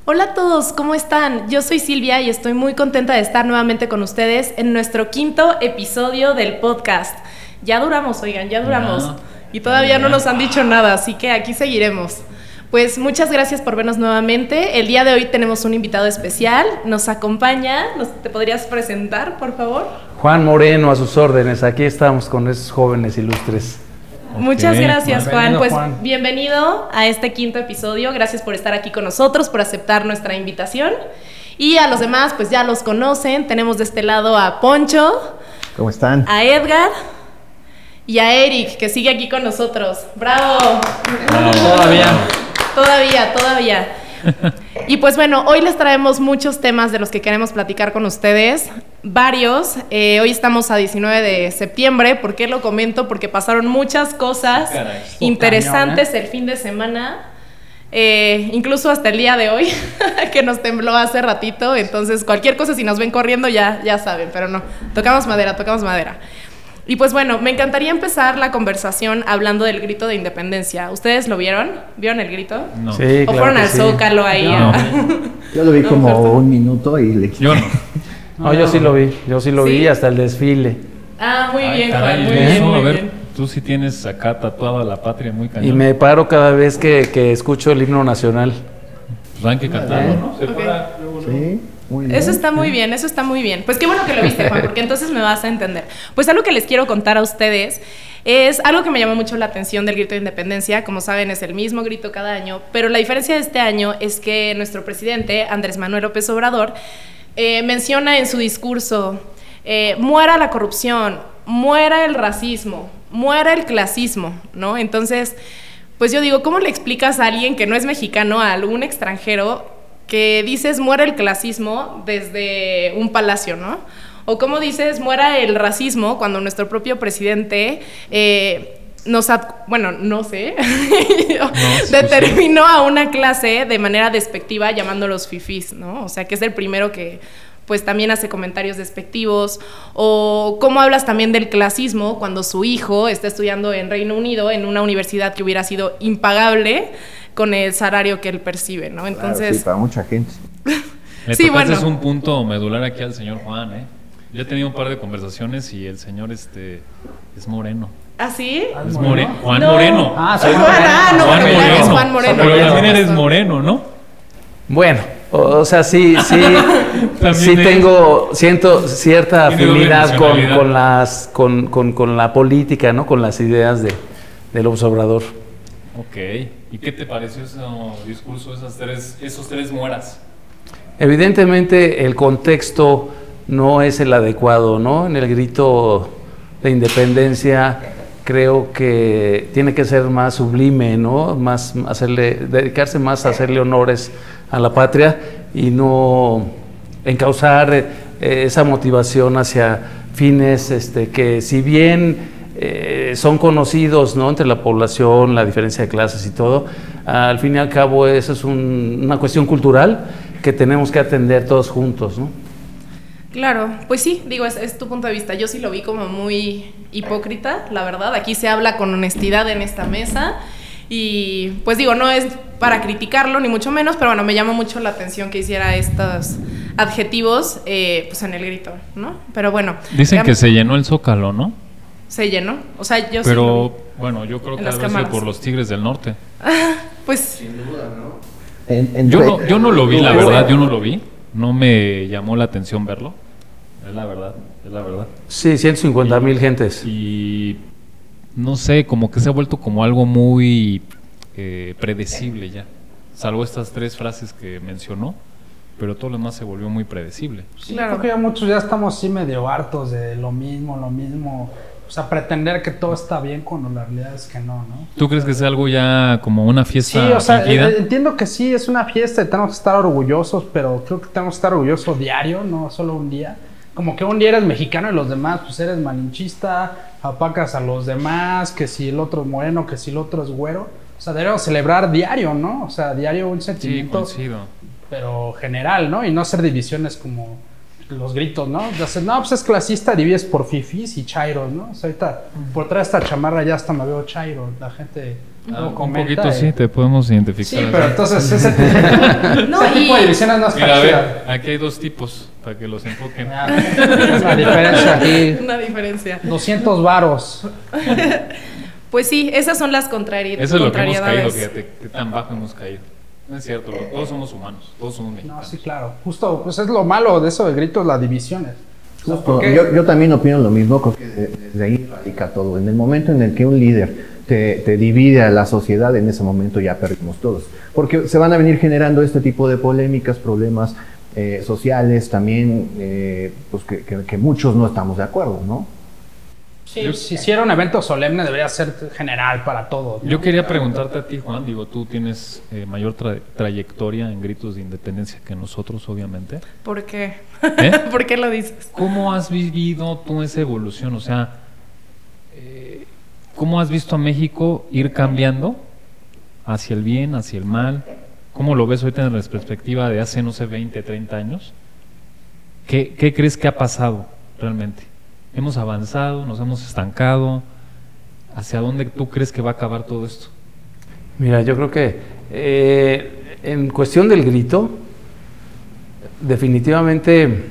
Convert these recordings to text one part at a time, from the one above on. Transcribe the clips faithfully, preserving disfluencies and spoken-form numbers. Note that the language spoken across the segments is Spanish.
Hola a todos, ¿cómo están? Yo soy Silvia y estoy muy contenta de estar nuevamente con ustedes en nuestro quinto episodio del podcast. Ya duramos, oigan, ya duramos. No, y todavía no nos han dicho nada, así que aquí seguiremos. Pues muchas gracias por vernos nuevamente. El día de hoy tenemos un invitado especial. Nos acompaña, ¿te podrías presentar, por favor? Juan Moreno, a sus órdenes. Aquí estamos con esos jóvenes ilustres. Okay. Muchas gracias, Juan. Pues Juan. Bienvenido a este quinto episodio. Gracias por estar aquí con nosotros, por aceptar nuestra invitación. Y a los demás, pues ya los conocen. Tenemos de este lado a Poncho. ¿Cómo están? A Edgar. Y a Eric, que sigue aquí con nosotros. ¡Bravo! Bravo. Todavía. Todavía, todavía. Y pues bueno, hoy les traemos muchos temas de los que queremos platicar con ustedes, varios. Eh, hoy estamos a diecinueve de septiembre. ¿Por qué lo comento? Porque pasaron muchas cosas Caray, interesantes cañón, ¿eh? El fin de semana, eh, incluso hasta el día de hoy, que nos tembló hace ratito. Entonces cualquier cosa, si nos ven corriendo ya, ya saben, pero no, tocamos madera, tocamos madera. Y pues bueno, me encantaría empezar la conversación hablando del grito de independencia. ¿Ustedes lo vieron? ¿Vieron el grito? No. Sí, ¿O claro fueron al sí. Zócalo ahí? No. Yo lo vi como no, un minuto y le quité. Yo no. No, yo sí lo vi. Yo sí lo ¿Sí? vi hasta el desfile. Ah, muy Ay, bien, caray, Juan, muy bien, bien, muy a ver, bien. Tú sí tienes acá tatuada la patria muy cañón. Y me paro cada vez que, que escucho el himno nacional. Pues hay que cantarlo, ¿no? Se okay. para, sí. Muy bien. Eso está muy bien, eso está muy bien. Pues qué bueno que lo viste, Juan, porque entonces me vas a entender. Pues algo que les quiero contar a ustedes es algo que me llamó mucho la atención del grito de independencia. Como saben, es el mismo grito cada año, pero la diferencia de este año es que nuestro presidente, Andrés Manuel López Obrador, eh, menciona en su discurso, eh, muera la corrupción, muera el racismo, muera el clasismo, ¿no? Entonces, pues yo digo, ¿cómo le explicas a alguien que no es mexicano, a algún extranjero, que dices muera el clasismo desde un palacio, ¿no? O cómo dices muera el racismo cuando nuestro propio presidente eh, nos, bueno, no sé, no, determinó a una clase de manera despectiva llamándolos fifís, ¿no? O sea, que es el primero que pues también hace comentarios despectivos. O cómo hablas también del clasismo cuando su hijo está estudiando en Reino Unido en una universidad que hubiera sido impagable con el salario que él percibe, ¿no? Entonces, claro, sí, para mucha gente. Le sí, tocaste bueno. un punto medular aquí al señor Juan, ¿eh? Yo he tenido un par de conversaciones y el señor este es moreno. ¿Ah, sí? Es Moreno. Juan no. Moreno. Ah, soy Juan, ah, no, Juan Moreno. Es Juan Moreno. Pero también eres moreno, ¿no? Bueno, o sea, sí, sí, sí tengo, siento cierta afinidad con, con las, con, con, con la política, ¿no? Con las ideas de, del observador. Ok. ¿Y qué te pareció ese discurso, esas tres, esos tres mueras? Evidentemente el contexto no es el adecuado, ¿no? En el grito de independencia creo que tiene que ser más sublime, ¿no? Más hacerle, dedicarse más a hacerle honores a la patria y no encauzar eh, esa motivación hacia fines este, que si bien Eh, son conocidos, ¿no? Entre la población, la diferencia de clases y todo, al fin y al cabo eso es un, una cuestión cultural que tenemos que atender todos juntos, ¿no? Claro, pues sí, digo, es, es tu punto de vista. Yo sí lo vi como muy hipócrita, la verdad. Aquí se habla con honestidad en esta mesa y pues digo, no es para criticarlo ni mucho menos, pero bueno, me llama mucho la atención que hiciera estos adjetivos eh, pues en el grito, ¿no? Pero bueno. Dicen digamos, que se llenó el Zócalo, ¿no? Se llenó, o sea, yo pero sí bueno, yo creo que ha sido por los Tigres del Norte. Pues sin duda, ¿no? En, en yo no yo no lo vi, la verdad, yo no lo vi, no me llamó la atención verlo, es la verdad, es la verdad. Sí, ciento cincuenta mil gentes. Y no sé, como que se ha vuelto como algo muy eh, predecible ya, salvo estas tres frases que mencionó, pero todo lo demás se volvió muy predecible. Sí, claro. Creo que ya muchos ya estamos así medio hartos de lo mismo, lo mismo. O sea, pretender que todo está bien cuando la realidad es que no, ¿no? ¿Tú crees que sea algo ya como una fiesta? Sí, o sea, fingida? Entiendo que sí, es una fiesta y tenemos que estar orgullosos, pero creo que tenemos que estar orgullosos diario, no solo un día. Como que un día eres mexicano y los demás, pues eres malinchista, apacas a los demás, que si el otro es moreno, que si el otro es güero. O sea, debemos celebrar diario, ¿no? O sea, diario un sentimiento, sí, coincido, pero general, ¿no? Y no hacer divisiones como los gritos, ¿no? Entonces, no, pues es clasista, divides por fifís y chairos, ¿no? O sea, ahorita, por traer esta chamarra ya hasta me veo chairo, la gente Ah, un comenta poquito y- sí, te podemos identificar. Sí, así. pero entonces ese, ese No, tipo y- de divisiones no es Mira, a chida. ver, aquí hay dos tipos para que los enfoquen. Ah, es la diferencia aquí. Una diferencia. doscientos varos. Pues sí, esas son las contrari Eso es lo que hemos caído, contrariedades. fíjate, qué tan bajo hemos caído. No es cierto, lo- todos somos humanos, todos somos No, mexicanos. sí, claro. Justo, pues es lo malo de eso de gritos, las divisiones. O sea, Justo, porque- yo, yo también opino lo mismo, creo que de- desde ahí radica todo. En el momento en el que un líder te, te divide a la sociedad, en ese momento ya perdimos todos. Porque se van a venir generando este tipo de polémicas, problemas eh, sociales también, eh, pues que, que- que muchos no estamos de acuerdo, ¿no? Sí, si hiciera un evento solemne debería ser general para todos, ¿no? Yo quería preguntarte a ti, Juan, digo, tú tienes eh, mayor tra- trayectoria en gritos de independencia que nosotros, obviamente. ¿Por qué? ¿Eh? ¿Por qué lo dices? ¿Cómo has vivido tú esa evolución? O sea, eh, ¿cómo has visto a México ir cambiando hacia el bien, hacia el mal? ¿Cómo lo ves ahorita en la perspectiva de hace, no sé, veinte, treinta años? ¿Qué, qué crees que ha pasado realmente? ¿Hemos avanzado? ¿Nos hemos estancado? ¿Hacia dónde tú crees que va a acabar todo esto? Mira, yo creo que eh, en cuestión del grito, definitivamente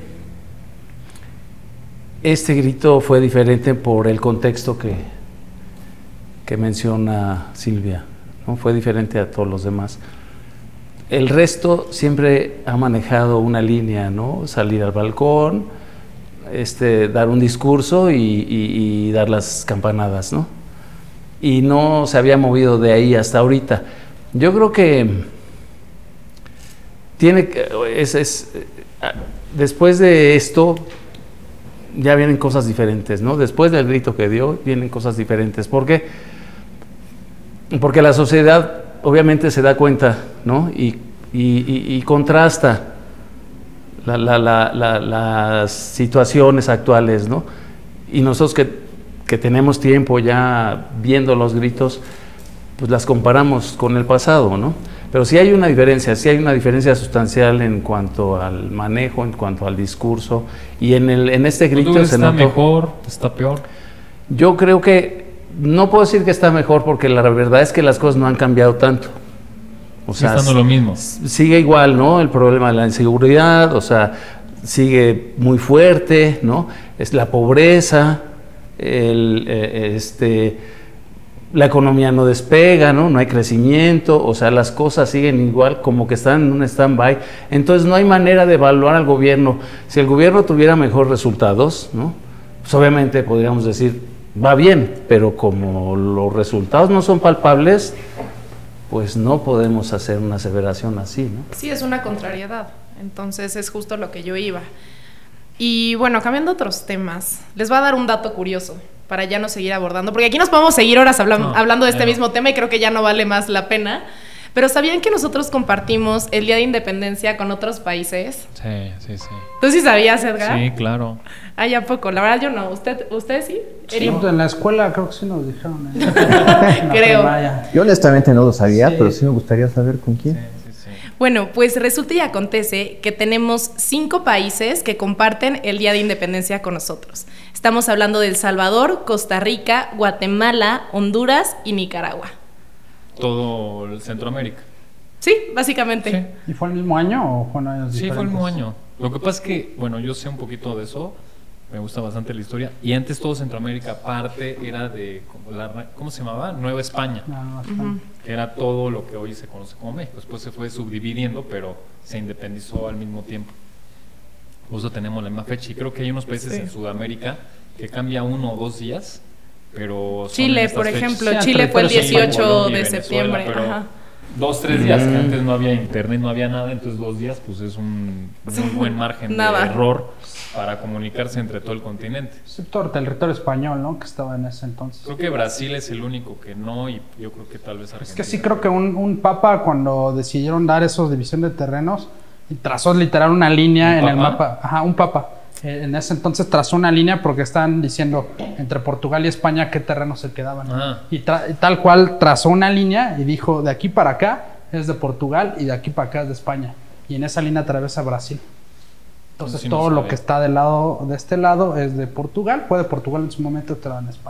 este grito fue diferente por el contexto que, que menciona Silvia, ¿no? Fue diferente a todos los demás. El resto siempre ha manejado una línea, ¿no? Salir al balcón, este, dar un discurso y, y- y dar las campanadas, ¿no? Y no se había movido de ahí hasta ahorita. Yo creo que tiene que, es, es, eh, después de esto ya vienen cosas diferentes, ¿no? Después del grito que dio, vienen cosas diferentes. ¿Por qué? Porque la sociedad obviamente se da cuenta, ¿no? Y, y- y- y contrasta la- la- la- la- las situaciones actuales, ¿no? Y nosotros que, que tenemos tiempo ya viendo los gritos, pues las comparamos con el pasado, ¿no? Pero sí hay una diferencia, sí hay una diferencia sustancial en cuanto al manejo, en cuanto al discurso, y en, el, en este ¿Tú grito crees se que está notó. mejor? ¿Está peor? Yo creo que no puedo decir que está mejor porque la verdad es que las cosas no han cambiado tanto. O Sigue estando s- lo mismo. sigue igual, ¿no? El problema de la inseguridad, o sea, sigue muy fuerte, ¿no? Es la pobreza, el, eh, este, la economía no despega, ¿no? No hay crecimiento, o sea, las cosas siguen igual, como que están en un stand-by. Entonces no hay manera de evaluar al gobierno. Si el gobierno tuviera mejores resultados, ¿no? Pues obviamente podríamos decir, va bien, pero como los resultados no son palpables, pues no podemos hacer una aseveración así, ¿no? Sí, es una contrariedad. Entonces es justo lo que yo iba. Y bueno, cambiando otros temas, les voy a dar un dato curioso para ya no seguir abordando, porque aquí nos podemos seguir horas habla- No, hablando de este ya no. mismo tema y creo que ya no vale más la pena. Pero ¿sabían que nosotros compartimos el Día de Independencia con otros países? Sí, sí, sí. ¿Tú sí sabías, Edgar? Sí, claro. Ay, ¿a poco? La verdad yo no. ¿Usted, usted sí? Eri? Sí, en la escuela creo que sí nos dijeron. ¿eh? En la Creo. primaria. Yo honestamente no lo sabía, Sí. pero sí me gustaría saber con quién. Sí, sí. Bueno, pues resulta y acontece que tenemos cinco países que comparten el Día de Independencia con nosotros. Estamos hablando de El Salvador, Costa Rica, Guatemala, Honduras y Nicaragua. Todo el Centroamérica. Sí, básicamente. Sí. ¿Y fue el mismo año o fueron años Sí, fue el mismo diferentes? año. Lo que pasa es que, bueno, yo sé un poquito de eso, me gusta bastante la historia, y antes todo Centroamérica parte era de, como la- ¿cómo se llamaba? Nueva España, No, no, está- Ujú. que era todo lo que hoy se conoce como México. Después se fue subdividiendo, pero se independizó al mismo tiempo. Por eso tenemos la misma fecha, y creo que hay unos países Sí. en Sudamérica que cambia uno o dos días, pero son Chile, en estas por fechas. ejemplo, Sí, Chile fue el territorios Sí, dieciocho Colombia y de Venezuela, septiembre. pero Ajá. Dos, tres días, que Mm. antes no había internet, no había nada, entonces dos días pues es un muy buen margen Nada. de error para comunicarse entre todo el continente. Excepto el territorio español, ¿no? Que estaba en ese entonces. Creo que Brasil es el único que no, y yo creo que tal vez Argentina. Es que sí creo que un, un papa cuando decidieron dar esos división de terrenos y trazó literal una línea ¿Un en el papa? mapa. Ajá, un papa. Eh, en ese entonces trazó una línea porque estaban diciendo entre Portugal y España qué terrenos se quedaban. Ah. Y, tra- y tal cual trazó una línea y dijo de aquí para acá es de Portugal y de aquí para acá es de España. Y en esa línea atraviesa Brasil. Entonces Sí, no todo lo sabía. que está del lado de este lado es de Portugal. Fue de Portugal en su momento, estaba en España.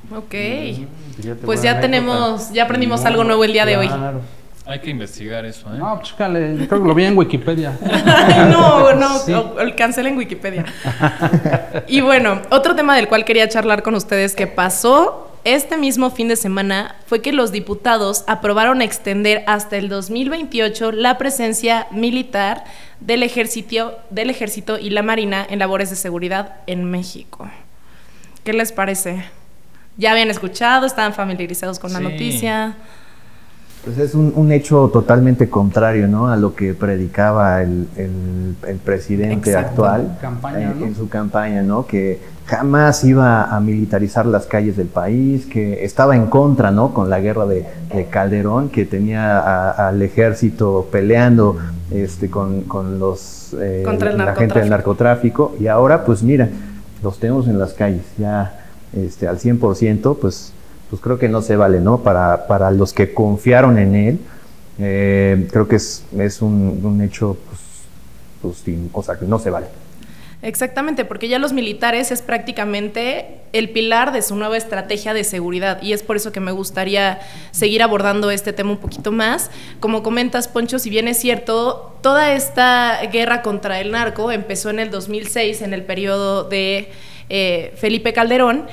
Ok. Fíjate, Pues buena ya anécdota. tenemos, ya aprendimos No, algo nuevo el día de hoy. claro. Hay que investigar eso, ¿eh? No, pues chécale, yo creo que lo vi en Wikipedia. no, no, Sí. o- o cancelen Wikipedia. Y bueno, otro tema del cual quería charlar con ustedes que pasó este mismo fin de semana fue que los diputados aprobaron extender hasta el dos mil veintiocho la presencia militar del ejército, del ejército y la marina en labores de seguridad en México. ¿Qué les parece? ¿Ya habían escuchado? ¿Estaban familiarizados con la Sí. noticia? Pues es un, un hecho totalmente contrario, ¿no?, a lo que predicaba el, el- el presidente Exacto. actual Campaña, eh, ¿no? en su campaña, ¿no?, que jamás iba a militarizar las calles del país, que estaba en contra, ¿no?, con la guerra de, de Calderón, que tenía a- al ejército peleando este, con, con los eh, Contra el la gente del narcotráfico, y ahora, pues mira, los tenemos en las calles ya este, al cien por ciento, pues pues creo que no se vale, ¿no? Para, para los que confiaron en él, eh, creo que es, es un, un hecho, pues, pues sí, o sea, que no se vale. Exactamente, porque ya los militares es prácticamente el pilar de su nueva estrategia de seguridad y es por eso que me gustaría seguir abordando este tema un poquito más. Como comentas, Poncho, si bien es cierto, toda esta guerra contra el narco empezó en el dos mil seis, en el periodo de eh, Felipe Calderón,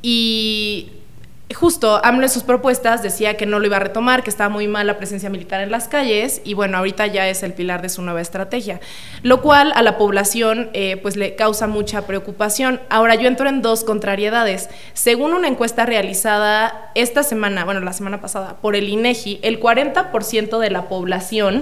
y justo AMLO en sus propuestas decía que no lo iba a retomar, que estaba muy mal la presencia militar en las calles y bueno, ahorita ya es el pilar de su nueva estrategia, lo cual a la población eh, pues le causa mucha preocupación. Ahora yo entro en dos contrariedades. Según una encuesta realizada esta semana, bueno, la semana pasada, por el INEGI, el cuarenta por ciento de la población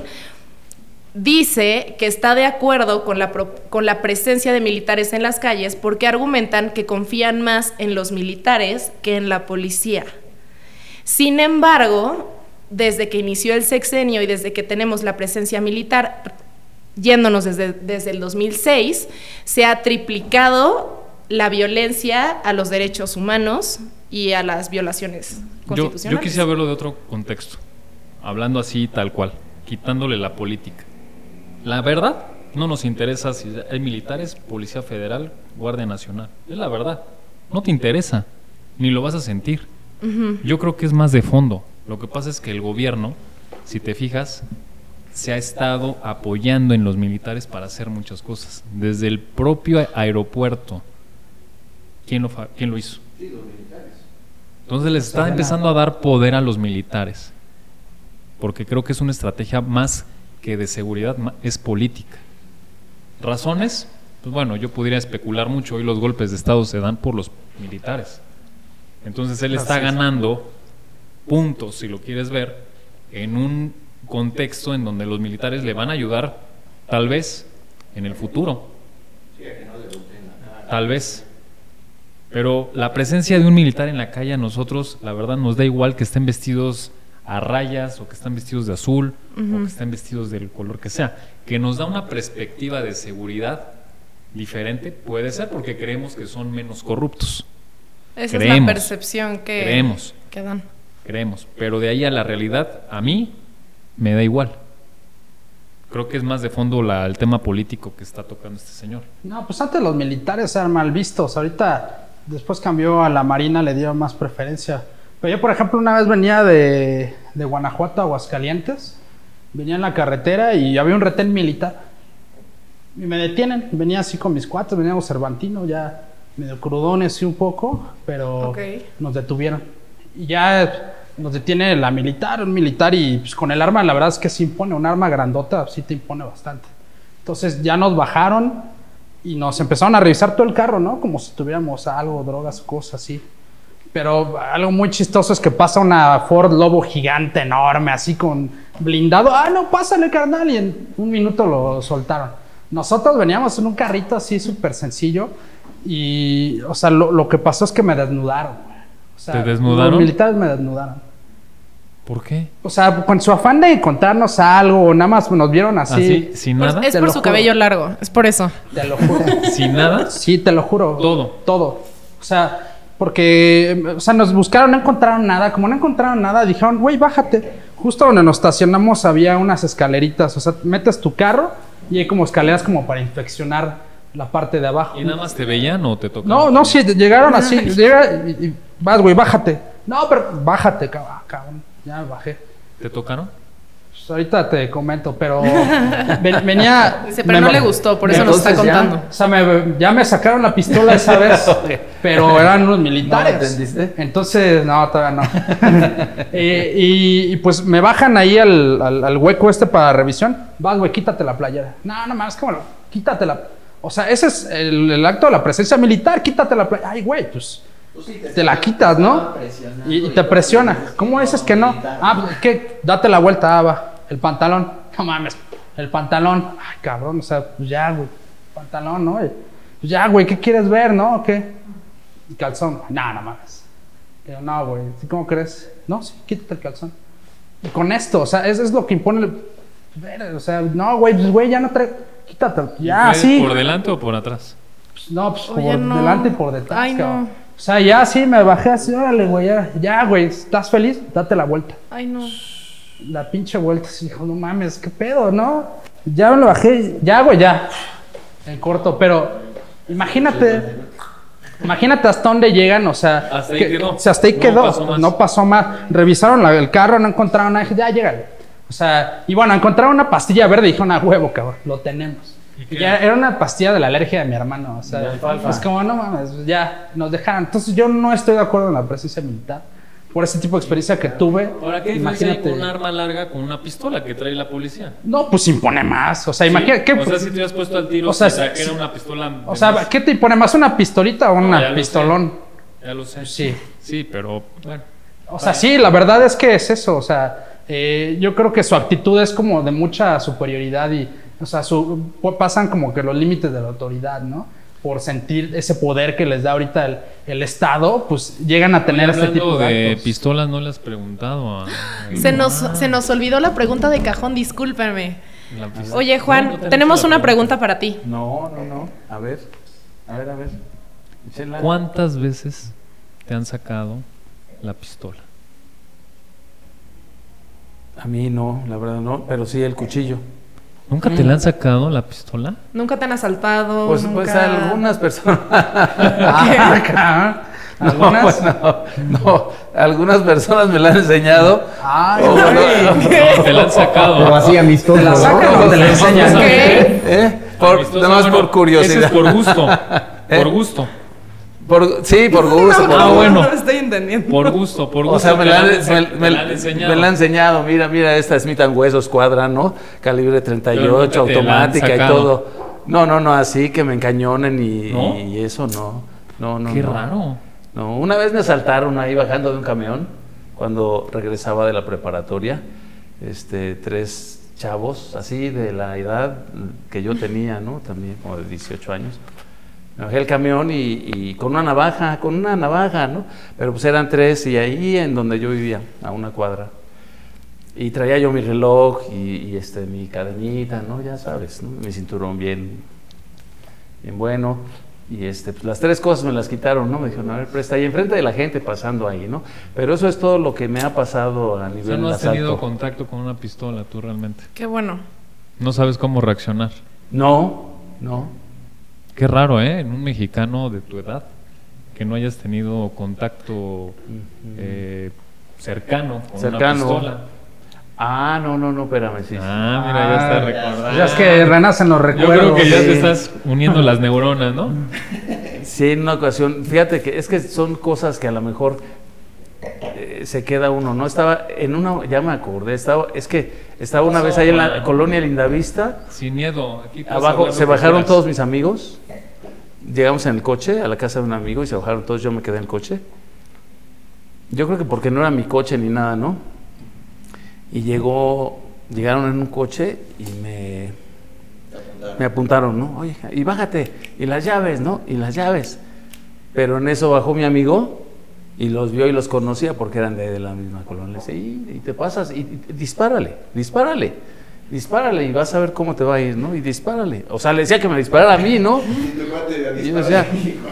dice que está de acuerdo con la, pro, con la presencia de militares en las calles porque argumentan que confían más en los militares que en la policía. Sin embargo, desde que inició el sexenio y desde que tenemos la presencia militar, yéndonos desde, desde el dos mil seis, se ha triplicado la violencia a los derechos humanos y a las violaciones Yo, constitucionales. yo quisiera verlo de otro contexto, hablando así tal cual, quitándole la política. La verdad, no nos interesa si hay militares, Policía Federal, Guardia Nacional. Es la verdad. No te interesa, ni lo vas a sentir. Uh-huh. Yo creo que es más de fondo. Lo que pasa es que el gobierno, si te fijas, se ha estado apoyando en los militares para hacer muchas cosas. Desde el propio aeropuerto. ¿Quién lo, fa- quién lo hizo? Sí, los militares. Entonces les está empezando a dar poder a los militares. Porque creo que es una estrategia más que de seguridad, es política. ¿Razones? Pues bueno, yo podría especular mucho. Hoy los golpes de Estado se dan por los militares. Entonces él está ganando puntos, si lo quieres ver, en un contexto en donde los militares le van a ayudar, tal vez, en el futuro. Tal vez. Pero la presencia de un militar en la calle a nosotros, la verdad, nos da igual que estén vestidos a rayas o que están vestidos de azul uh-huh. o que estén vestidos del color que sea, que nos da una perspectiva de seguridad diferente, puede ser porque creemos que son menos corruptos. Esa creemos, es la percepción que, creemos, que dan. Creemos, pero de ahí a la realidad, a mí me da igual. Creo que es más de fondo la, el tema político que está tocando este señor. No, pues antes los militares eran mal vistos, ahorita después cambió a la Marina, le dio más preferencia. Pero yo, por ejemplo, una vez venía de, de Guanajuato a Aguascalientes, venía en la carretera y había un retén militar. Y me detienen, venía así con mis cuates, veníamos Cervantino, ya medio crudones sí un poco, pero okay. nos detuvieron. Y ya nos detiene la militar, un militar, y pues con el arma la verdad es que se impone, un arma grandota sí te impone bastante. Entonces ya nos bajaron y nos empezaron a revisar todo el carro, ¿no? Como si tuviéramos algo, drogas, cosas así. Pero algo muy chistoso es que pasa una Ford Lobo gigante, enorme, así con blindado. ¡Ah, no, pásale, carnal! Y en un minuto lo soltaron. Nosotros veníamos en un carrito así súper sencillo y, o sea, lo, lo que pasó es que me desnudaron. O sea, ¿te desnudaron? Los militares me desnudaron. ¿Por qué? O sea, con su afán de contarnos algo, nada más nos vieron así. ¿Así? ¿Sin nada? Es por su cabello largo, es por eso. Te lo juro. ¿Sin nada? Sí, te lo juro. Todo. Todo. O sea, porque, o sea, nos buscaron, no encontraron nada. Como no encontraron nada, dijeron, güey, bájate. Justo donde nos estacionamos había unas escaleritas. O sea, metes tu carro y hay como escaleras como para inspeccionar la parte de abajo. ¿Y nada más te veían o te tocaron? No, no, sí, llegaron así. Llega, y, y vas, güey, bájate. No, pero bájate, cabrón, cabrón. Ya me bajé. ¿Te tocaron? Pues ahorita te comento, pero ven- venía... Dice, pero me- no le gustó, por eso nos está Entonces ya- contando. O sea, me- ya me sacaron la pistola esa vez, pero eran unos militares. ¿No entendiste? Entonces, no, todavía no. Eh, y, y pues me bajan ahí al, al- al hueco este para revisión. Vas, güey, quítate la playera. No, no más, ¿cómo? Quítatela. O sea, ese es el, el acto de la presencia militar. Quítate la playera. Ay, güey, pues te la quitas, ¿no? Y, y te presiona. ¿Cómo dices que no? Ah, pues, ¿qué? Date la vuelta, ah, va. El pantalón. No mames. El pantalón. Ay, cabrón, o sea, pues ya, güey. Pantalón, ¿no? Pues ya, güey, ¿qué quieres ver, no? ¿O qué? Y calzón. No, no mames. Yo, no, güey. ¿Sí, ¿Cómo crees? No, sí, quítate el calzón. Y con esto, o sea, eso es lo que impone el... Ver, o sea, no, güey, pues, güey, ya no trae... Quítate. Ya, ¿Fue sí. ¿Por delante o por atrás? Pues, no, pues Oye, por no. delante y por detrás, Ay, cabrón. no. O sea, ya sí, me bajé así, órale, güey, ya, ya, güey, ¿estás feliz? Date la vuelta. Ay, no. La pinche vuelta, así, hijo, no mames, qué pedo, ¿no? Ya me lo bajé, ya, güey, ya. En corto, pero imagínate, imagínate hasta dónde llegan, o sea, Hasta ahí que- quedó. o sea, hasta ahí No quedó, pasó más. no pasó más. Revisaron la- el carro, no encontraron nada, dije, ya, llégale. O sea, y bueno, encontraron una pastilla verde y dijeron, a huevo, cabrón, lo tenemos. qué? Ya era una pastilla de la alergia de mi hermano, o sea, De alfalfa. pues como no mames, ya nos dejaron. Entonces yo no estoy de acuerdo en la presencia militar por ese tipo de experiencia que tuve. Ahora, ¿qué diferencia hay Imagínate. con un arma larga con una pistola que trae la policía? No, pues impone más. O sea, imagínate. ¿qué, O sea, si te hubieras puesto al tiro, O sea, si trajera sí. una pistola... o sea, ¿qué te impone más? ¿Una pistolita o No, una ya lo pistolón? Ya lo sé. Sí. Sí, pero bueno. O sea, sí, la verdad es que es eso. O sea, eh, yo creo que su actitud es como de mucha superioridad y, o sea, su, pasan como que los límites de la autoridad, ¿no? Por sentir ese poder que les da ahorita el, el Estado, pues llegan a tener Oye, este tipo hablando de, de actos. pistolas, no le has preguntado a... Se nos, se nos olvidó la pregunta de cajón, discúlpenme. La pistola. Oye, Juan, No, no te han tenemos hecho la una pregunta para ti. No, no, no. A ver, a ver, a ver. Échenla. ¿Cuántas veces te han sacado la pistola? A mí no, la verdad no, pero sí el cuchillo. ¿Nunca te la han sacado la pistola? ¿Nunca te han asaltado? Pues, nunca... pues algunas personas. Ah, cabrón. No, ¿Algunas? bueno, no, algunas personas me la han enseñado. Ay, O, güey. No, te la han sacado. Pero así amistoso, ¿Te la ¿no? sacan o te la enseñan? Ok. ¿Eh? Por, Amistoso, nada más bueno, por curiosidad. Ese es por gusto. ¿Eh? Por gusto. Por- sí, por gusto. No, por Ah, gusto. bueno. No lo estoy entendiendo. Por gusto, por gusto. O sea, me te la, han, ense- me- te me- la han enseñado. me la han enseñado. Mira, mira, esta Smith and Wesson Squadra, ¿no? Calibre treinta y Pero ocho, nunca te la han automática y sacado. todo. No, no, no, así que me encañonen y, ¿No? y eso no. No, no. Qué no. raro. No, una vez me asaltaron ahí bajando de un camión cuando regresaba de la preparatoria. Este, tres chavos así de la edad que yo tenía, ¿no? También como de dieciocho años. Me bajé el camión y, y con una navaja, con una navaja, ¿no? Pero pues eran tres y ahí en donde yo vivía, a una cuadra. Y traía yo mi reloj y, y, este, mi cadenita, ¿no? Ya sabes, ¿no? Mi cinturón bien, bien bueno. Y este, pues las tres cosas me las quitaron, ¿no? Me dijeron, a ver, presta ahí enfrente de la gente pasando ahí, ¿no? Pero eso es todo lo que me ha pasado a O nivel sea, no de has tenido asalto. contacto con una pistola tú realmente. Qué bueno. No sabes cómo reaccionar. No, no. Qué raro, ¿eh? En un mexicano de tu edad, que no hayas tenido contacto eh, cercano con Cercano. una pistola. Ah, no, no, no, espérame, sí. sí. Ah, mira, ya está recordando. Ya es que renacen los Yo recuerdos. creo que ya sí. te estás uniendo las neuronas, ¿no? Sí, en una ocasión, fíjate que es que son cosas que a lo mejor eh, se queda uno, ¿no? Estaba en una, ya me acordé, estaba, es que estaba una vez ahí en la colonia Lindavista, Sin miedo. Aquí puedes abajo hablar lo se que bajaron quieras. todos mis amigos, llegamos en el coche a la casa de un amigo y se bajaron todos, yo me quedé en el coche. Yo creo que porque no era mi coche ni nada, ¿no? Y llegó, llegaron en un coche y me, me apuntaron, ¿no? Oye, y bájate, y las llaves, ¿no? Y las llaves. Pero en eso bajó mi amigo y los vio y los conocía porque eran de, de la misma colonia. Le dice, y, y te pasas, y, y dispárale, dispárale, dispárale y vas a ver cómo te va a ir, ¿no? Y dispárale. O sea, le decía que me disparara a mí, ¿no? Y yo decía,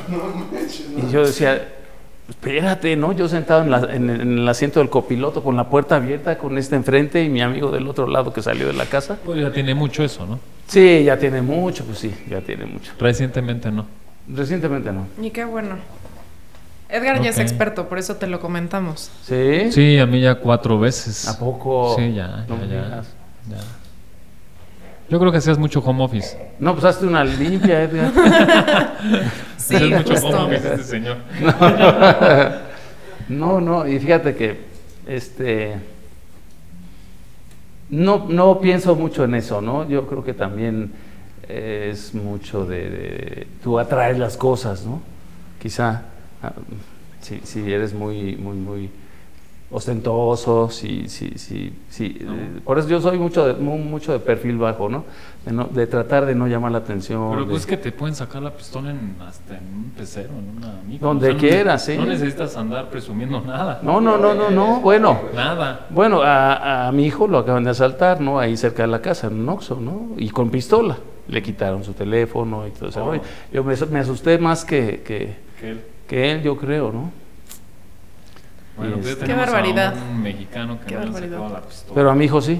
y yo decía, espérate, ¿no? Yo sentado en, la- en- en el asiento del copiloto con la puerta abierta, con este enfrente y mi amigo del otro lado que salió de la casa. Pues ya tiene mucho eso, ¿no? Sí, ya tiene mucho, pues sí, ya tiene mucho. Recientemente no. Recientemente no. Y qué bueno. Edgar ya es Ok. experto, por eso te lo comentamos. ¿Sí? Sí, a mí ya cuatro veces. ¿A poco? Sí, ya, No ya, me ya, digas. ya. Yo creo que hacías mucho home office. No, pues hazte una limpia, Edgar. Sí, Hacías mucho justo. home office este señor. No, no, y fíjate que este no, no pienso mucho en eso, ¿no? Yo creo que también eh, es mucho de, de tú atraes las cosas, ¿no? Quizá ah, si, si eres muy, muy, muy ostentoso, si, si, si, si, eh, por eso yo soy mucho de, mu- mucho de perfil bajo, ¿no? De, no, de tratar de no llamar la atención. Pero de- pues que te pueden sacar la pistola en, hasta en un pecero, en una micro. Donde no quieras, ne- sí. No necesitas andar presumiendo nada. No, no, no, no, no, bueno. Nada. Bueno, a, a mi hijo lo acaban de asaltar, ¿no? Ahí cerca de la casa, en un Oxxo, ¿no? Y con pistola. Le quitaron su teléfono y todo ese rollo. Yo me, me asusté más que, que, Que él. que él, yo creo, ¿no? Bueno, Y pues este- ya Qué tenemos barbaridad. a un mexicano que Qué no le han barbaridad. sacado la pistola. Pero a mi hijo sí.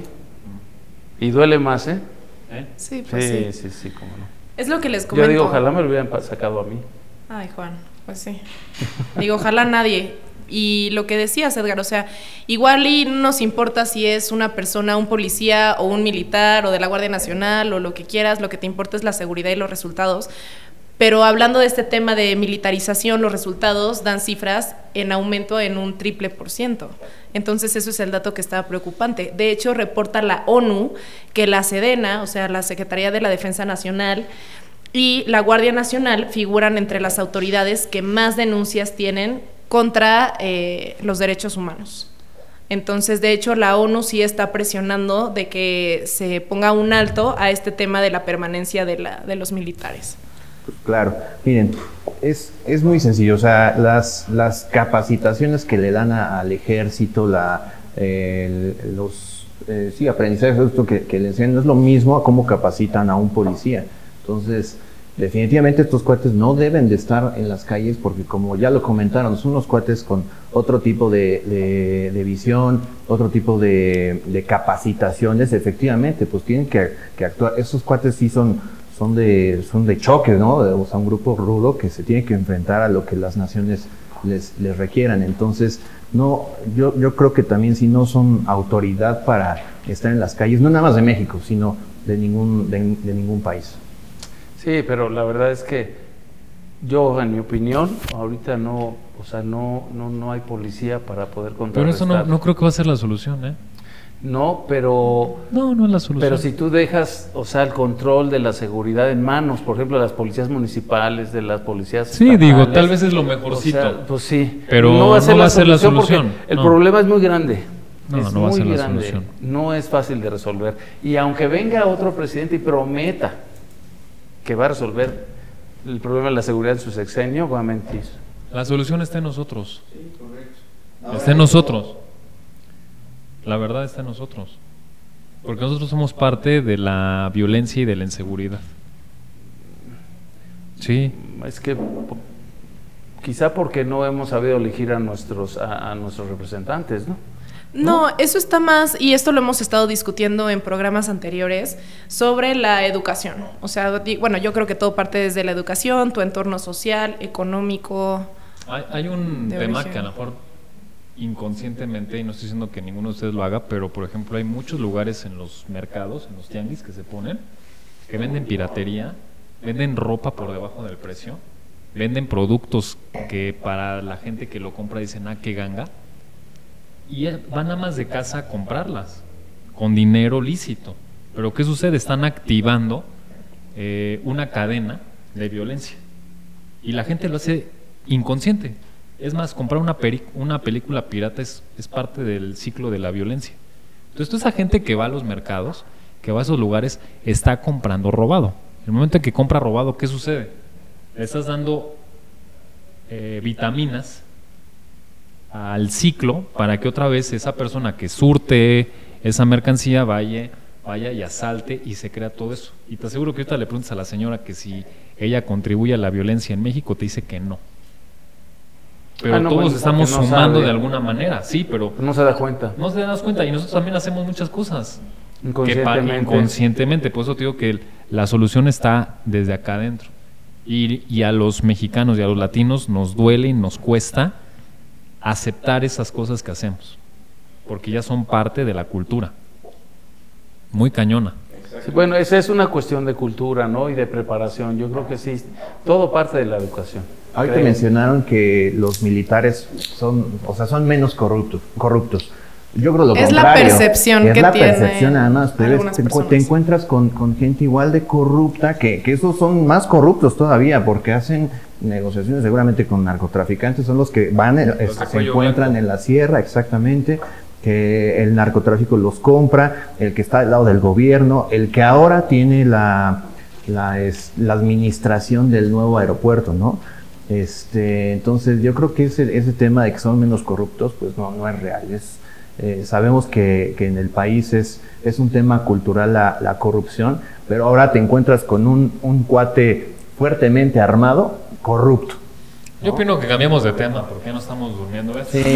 Y duele más, ¿eh? ¿Eh? Sí, pues sí. Sí, sí, sí, cómo no. Es lo que les comento. Yo digo, ojalá me lo hubieran pa- sacado a mí. Ay, Juan, pues sí. Digo, ojalá nadie. Y lo que decías, Edgar, o sea, igual y no nos importa si es una persona, un policía o un militar o de la Guardia Nacional o lo que quieras, lo que te importa es la seguridad y los resultados. Pero hablando de este tema de militarización, los resultados dan cifras en aumento en un triple por ciento. Entonces eso es el dato que está preocupante. De hecho, reporta la ONU que la Sedena, o sea, la Secretaría de la Defensa Nacional, y la Guardia Nacional figuran entre las autoridades que más denuncias tienen contra eh, los derechos humanos. Entonces, de hecho, la ONU sí está presionando de que se ponga un alto a este tema de la permanencia de, la, de los militares. Pues claro, miren, es, es muy sencillo, o sea, las, las capacitaciones que le dan a- al ejército, la, eh, el- los eh, sí, aprendizajes esto que, que le enseñan, no es lo mismo a cómo capacitan a un policía. Entonces, definitivamente estos cuates no deben de estar en las calles porque, como ya lo comentaron, son unos cuates con otro tipo de, de, de visión, otro tipo de, de capacitaciones, efectivamente, pues tienen que, que actuar. Esos cuates sí son son de, son de choque, ¿no? O sea, un grupo rudo que se tiene que enfrentar a lo que las naciones les, les requieran. Entonces, no, yo, yo creo que también si no son autoridad para estar en las calles, no nada más de México, sino de ningún, de, de ningún país. Sí, pero la verdad es que yo, en mi opinión, ahorita no, o sea, no, no, no hay policía para poder Pero contrarrestar. eso no, no creo que va a ser la solución, ¿eh? No, pero No, no es la solución. Pero si tú dejas, o sea, el control de la seguridad en manos, por ejemplo, de las policías municipales, de las policías Sí, estatales, digo, tal vez es lo mejorcito. o sea, pues sí. Pero no va a ser la solución, porque el no. problema es muy grande. No, es no va a muy ser la grande. solución. No es fácil de resolver. Y aunque venga otro presidente y prometa que va a resolver el problema de la seguridad en su sexenio, va a mentir. La solución está en nosotros. Está en nosotros. La verdad está en nosotros. Porque nosotros somos parte de la violencia y de la inseguridad. Sí. Es que po- quizá porque no hemos sabido elegir a nuestros, a, a nuestros representantes, ¿no? No, eso está más, y esto lo hemos estado discutiendo en programas anteriores, sobre la educación. O sea, di- bueno, yo creo que todo parte desde la educación, tu entorno social, económico. Hay, hay un De tema origen. que a lo mejor inconscientemente, y no estoy diciendo que ninguno de ustedes lo haga, pero por ejemplo hay muchos lugares en los mercados, en los tianguis que se ponen, que venden piratería, venden ropa por debajo del precio, venden productos que para la gente que lo compra dicen, ah, qué ganga, y van a más de casa a comprarlas, con dinero lícito. Pero ¿qué sucede? Están activando eh, una cadena de violencia, y la gente lo hace inconsciente. Es más, comprar una, peri- una película pirata es, es parte del ciclo de la violencia. Entonces, toda esa gente que va a los mercados, que va a esos lugares, está comprando robado. En el momento en que compra robado, ¿qué sucede? Le estás dando eh, vitaminas al ciclo para que otra vez esa persona que surte esa mercancía vaya, vaya y asalte y se crea todo eso. Y te aseguro que ahorita le preguntas a la señora que si ella contribuye a la violencia en México, te dice que no. Pero Ah, no, todos bueno, estamos porque no sumando sabe. de alguna manera, sí, pero No se da cuenta. no se das cuenta y nosotros también hacemos muchas cosas que pa- Inconscientemente. inconscientemente. Por eso te digo que el- la solución está desde acá adentro. Y, y a los mexicanos y a los latinos nos duele y nos cuesta aceptar esas cosas que hacemos, porque ya son parte de la cultura. Muy cañona. Sí, bueno, esa es una cuestión de cultura, ¿no? Y de preparación. Yo creo que sí, todo parte de la educación. Ahorita Creo. mencionaron que los militares son, o sea, son menos corruptos. corruptos. Yo creo lo Es la contrario. percepción es que la tiene percepción nada más. Pero algunas te, personas. te encuentras con, con gente igual de corrupta, que, que esos son más corruptos todavía, porque hacen negociaciones seguramente con narcotraficantes, son los que van, eh, de se cuello encuentran blanco. en la sierra, exactamente, que el narcotráfico los compra, el que está del lado del gobierno, el que ahora tiene la, la, es, la administración del nuevo aeropuerto, ¿no? Este, entonces yo creo que ese, ese tema de que son menos corruptos, pues no, no es real. Es, eh, sabemos que, que en el país es, es un tema cultural la, la corrupción, pero ahora te encuentras con un, un cuate fuertemente armado, corrupto. Yo opino que cambiamos de tema, porque ya no estamos durmiendo. ¿Ves? Sí.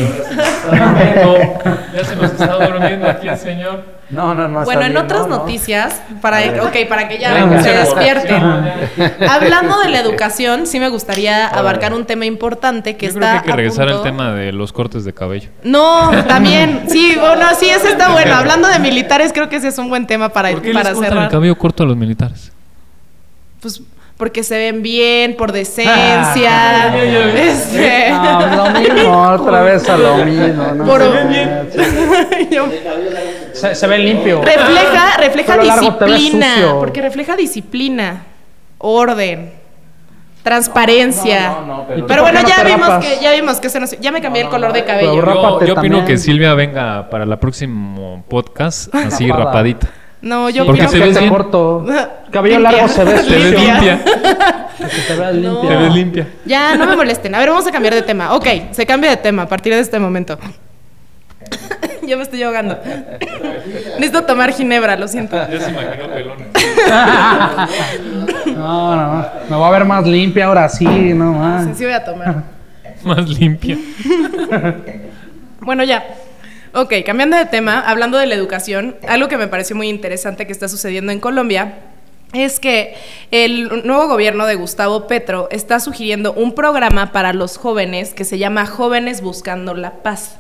Ya se nos está durmiendo aquí el señor. No, no, no. Bueno, está en bien, otras no, no. noticias, para, okay, para que ya Venga, se por despierten. favor. Hablando de la educación, sí me gustaría abarcar un tema importante que Yo está creo que hay que a regresar punto- al tema de los cortes de cabello. No, también. Sí, bueno, sí, ese está bueno. Hablando de militares, creo que ese es un buen tema para, ¿Por qué para les cortan cerrar. el cabello corto a los militares? Pues porque se ven bien, por decencia. este, No, lo mismo, otra vez a lo mismo. ¿no? por- Se ve bien. Yo- Se, se ve limpio. refleja refleja Pelo largo te ves disciplina, sucio. porque refleja disciplina, orden, transparencia. No, no, no, pero- Pero ¿Por qué bueno, no ya te vimos rapas? que ya vimos que se nos, ya me cambié el color de cabello. Pero Yo, rápate yo opino también. que Silvia venga para la próximo podcast así Rapada. rapadita. No, yo Porque creo te que ves te bien. corto. Cabello Limpia. largo se ve Te ves sucio. limpia. Que te veas No. limpia. Te ves limpia. Ya, no me molesten. A ver, vamos a cambiar de tema. Ok, se cambia de tema a partir de este momento. Yo me estoy ahogando. Necesito tomar ginebra, lo siento. Ya se imaginó pelones. No, no, no. Me voy a ver más limpia ahora sí, no más. Sí voy a tomar. Más limpia. Bueno, ya. Ok, cambiando de tema, hablando de la educación, algo que me pareció muy interesante que está sucediendo en Colombia es que el nuevo gobierno de Gustavo Petro está sugiriendo un programa para los jóvenes que se llama Jóvenes Buscando la Paz.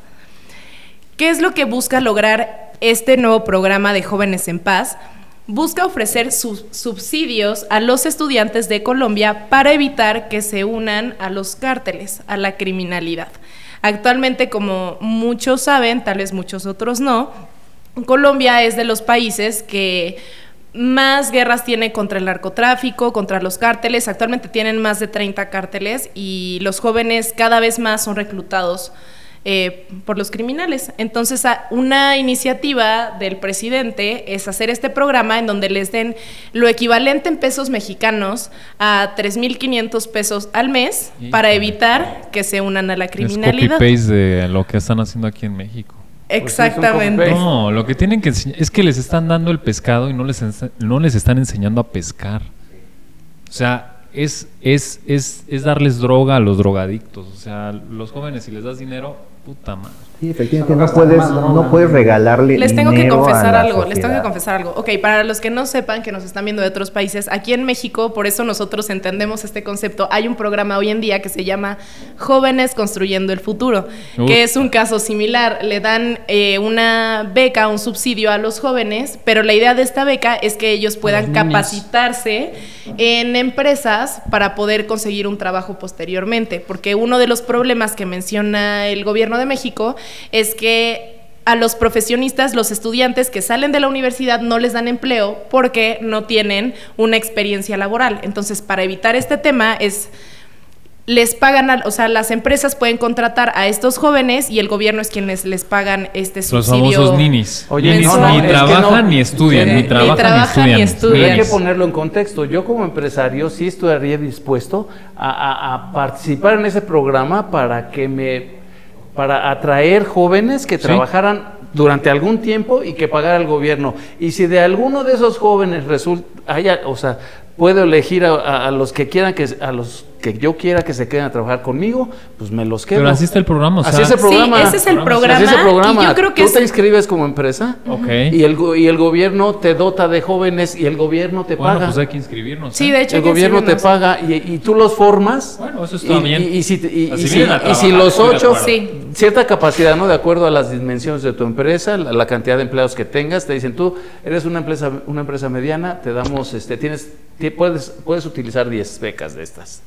¿Qué es lo que busca lograr este nuevo programa de Jóvenes en Paz? Busca ofrecer sus subsidios a los estudiantes de Colombia para evitar que se unan a los cárteles, a la criminalidad. Actualmente, como muchos saben, tal vez muchos otros no, Colombia es de los países que más guerras tiene contra el narcotráfico, contra los cárteles. Actualmente tienen más de treinta cárteles y los jóvenes cada vez más son reclutados Eh, por los criminales. Entonces, a, una iniciativa del presidente es hacer este programa en donde les den lo equivalente en pesos mexicanos a tres mil quinientos pesos al mes Híjole. para evitar que se unan a la Es criminalidad. copy-paste de lo que están haciendo aquí en México. Exactamente. Pues es un No, lo que tienen que enseñar es que les están dando el pescado y no les, ense- no les están enseñando a pescar. O sea, es, es, es, es darles droga a los drogadictos. O sea, los jóvenes, si les das dinero, puta madre. Sí, efectivamente, no puedes, no puedes regalarle Les tengo que dinero a confesar la algo, les tengo que sociedad. confesar algo. Ok, para los que no sepan, que nos están viendo de otros países, aquí en México, por eso nosotros entendemos este concepto, hay un programa hoy en día que se llama Jóvenes Construyendo el Futuro, Uh. que es un caso similar. Le dan eh, una beca, un subsidio a los jóvenes, pero la idea de esta beca es que ellos puedan los niños. capacitarse en empresas para poder conseguir un trabajo posteriormente, porque uno de los problemas que menciona el gobierno de México es que a los profesionistas, los estudiantes que salen de la universidad no les dan empleo porque no tienen una experiencia laboral. Entonces, para evitar este tema es les pagan, a, o sea, las empresas pueden contratar a estos jóvenes y el gobierno es quienes les pagan este Los subsidio. famosos ninis. Oye, Ninis no, no, ni es que trabajan no. ni estudian, Sí, ni ni trabajan ni trabajan ni estudian. estudian. Pero hay que Ninis. ponerlo en contexto. Yo como empresario sí estaría dispuesto a, a- a participar en ese programa para que me para atraer jóvenes que Sí. trabajaran durante algún tiempo y que pagara el gobierno. Y si de alguno de esos jóvenes resulta haya, o sea, puedo elegir a, a- a los que quieran que a los que yo quiera que se queden a trabajar conmigo, pues me los quedo. Pero así está el programa, o sea, así es el programa. Sí, ese es el programa. Así es el programa. Y yo creo que tú es... te inscribes como empresa okay. y, el, y el gobierno te dota de jóvenes y el gobierno te bueno, paga. pues hay que inscribirnos. Sí, ¿eh? de hecho El hay que gobierno te inscribirnos. paga y, y tú los formas. Bueno, eso y, está bien. Y, y si, y, Así y si, vienen a y trabajar, si los estoy de ocho, acuerdo. Sí. cierta capacidad, ¿no? De acuerdo a las dimensiones de tu empresa, la, la cantidad de empleados que tengas, te dicen tú eres una empresa, una empresa mediana, te damos, este, tienes, ti- puedes, puedes utilizar diez becas de estas.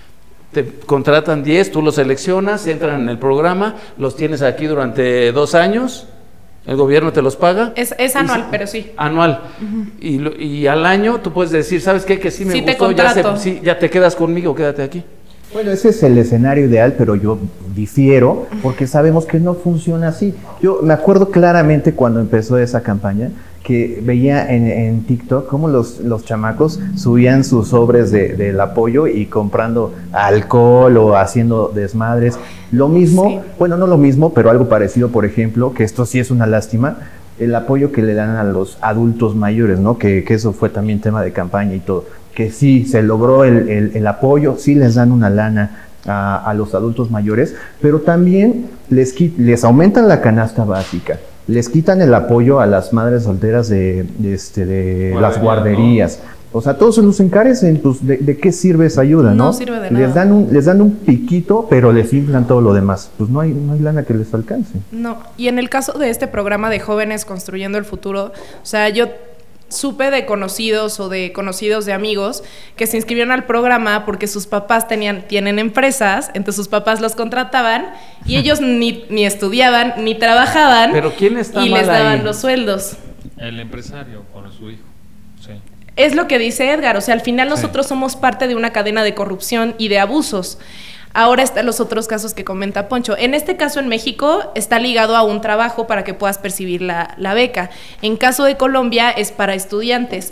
Te contratan diez, tú los seleccionas, entran en el programa, los tienes aquí durante dos años, el gobierno te los paga. Es, es Y anual, si- pero sí. Anual. y, lo- y al año tú puedes decir, ¿sabes qué? Que sí me Sí te gustó, ya, se- contrato. sí, ya te quedas conmigo, quédate aquí. Bueno, ese es el escenario ideal, pero yo difiero porque sabemos que no funciona así. Yo me acuerdo claramente cuando empezó esa campaña que veía en, en TikTok cómo los, los chamacos subían sus sobres de, del apoyo y comprando alcohol o haciendo desmadres. Lo mismo, Sí. bueno, no lo mismo, pero algo parecido, por ejemplo, que esto sí es una lástima, el apoyo que le dan a los adultos mayores, ¿no? Que, que eso fue también tema de campaña y todo. Que sí, se logró el, el, el apoyo, sí les dan una lana a, a los adultos mayores, pero también les, qui- les aumentan la canasta básica, les quitan el apoyo a las madres solteras de, de, este, de las guarderías. O sea, todos se los encarecen, pues, ¿de, de qué sirve esa ayuda, no? No sirve de les nada. Dan un, les dan un piquito, pero les inflan todo lo demás. Pues no hay, no hay lana que les alcance. No, y en el caso de este programa de jóvenes construyendo el futuro, o sea, yo supe de conocidos o de conocidos de amigos que se inscribieron al programa porque sus papás tenían, tienen empresas, entonces sus papás los contrataban y ellos ni, ni estudiaban ni trabajaban. Pero ¿quién está y mal les daban ahí? los sueldos. El empresario con su hijo. Sí. Es lo que dice Edgar, o sea, al final nosotros somos parte de una cadena de corrupción y de abusos. Ahora están los otros casos que comenta Poncho. En este caso en México está ligado a un trabajo para que puedas percibir la, la beca. En caso de Colombia es para estudiantes.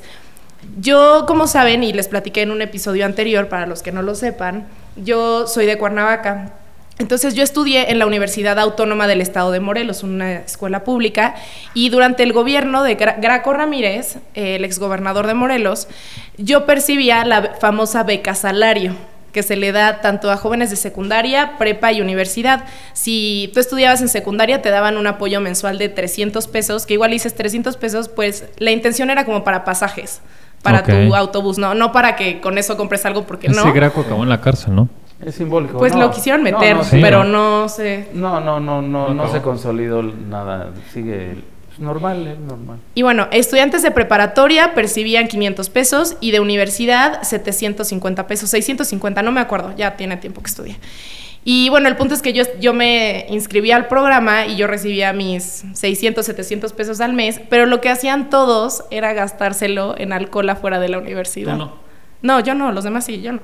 Yo, como saben, y les platiqué en un episodio anterior, para los que no lo sepan, yo soy de Cuernavaca. Entonces yo estudié en la Universidad Autónoma del Estado de Morelos, una escuela pública, y durante el gobierno de Gra- Graco Ramírez, eh, el exgobernador de Morelos, yo percibía la famosa beca salario, que se le da tanto a jóvenes de secundaria, prepa y universidad. Si tú estudiabas en secundaria, te daban un apoyo mensual de trescientos pesos, que igual dices trescientos pesos, pues la intención era como para pasajes, para Ok. tu autobús, no, no para que con eso compres algo, porque Ese no. Graco acabó en la cárcel, ¿no? Es simbólico. Pues no, lo quisieron no, meter, no, sí, pero ¿no? no sé. No, no, no, no, No no acabó. se consolidó nada, sigue pues, normal, es normal. Y bueno, estudiantes de preparatoria percibían quinientos pesos y de universidad setecientos cincuenta pesos, seiscientos cincuenta, no me acuerdo, ya tiene tiempo que estudié. Y bueno, el punto es que yo, yo me inscribí al programa y yo recibía mis seiscientos, setecientos pesos al mes, pero lo que hacían todos era gastárselo en alcohol afuera de la universidad. ¿Tú no? No, yo no, los demás sí, yo no.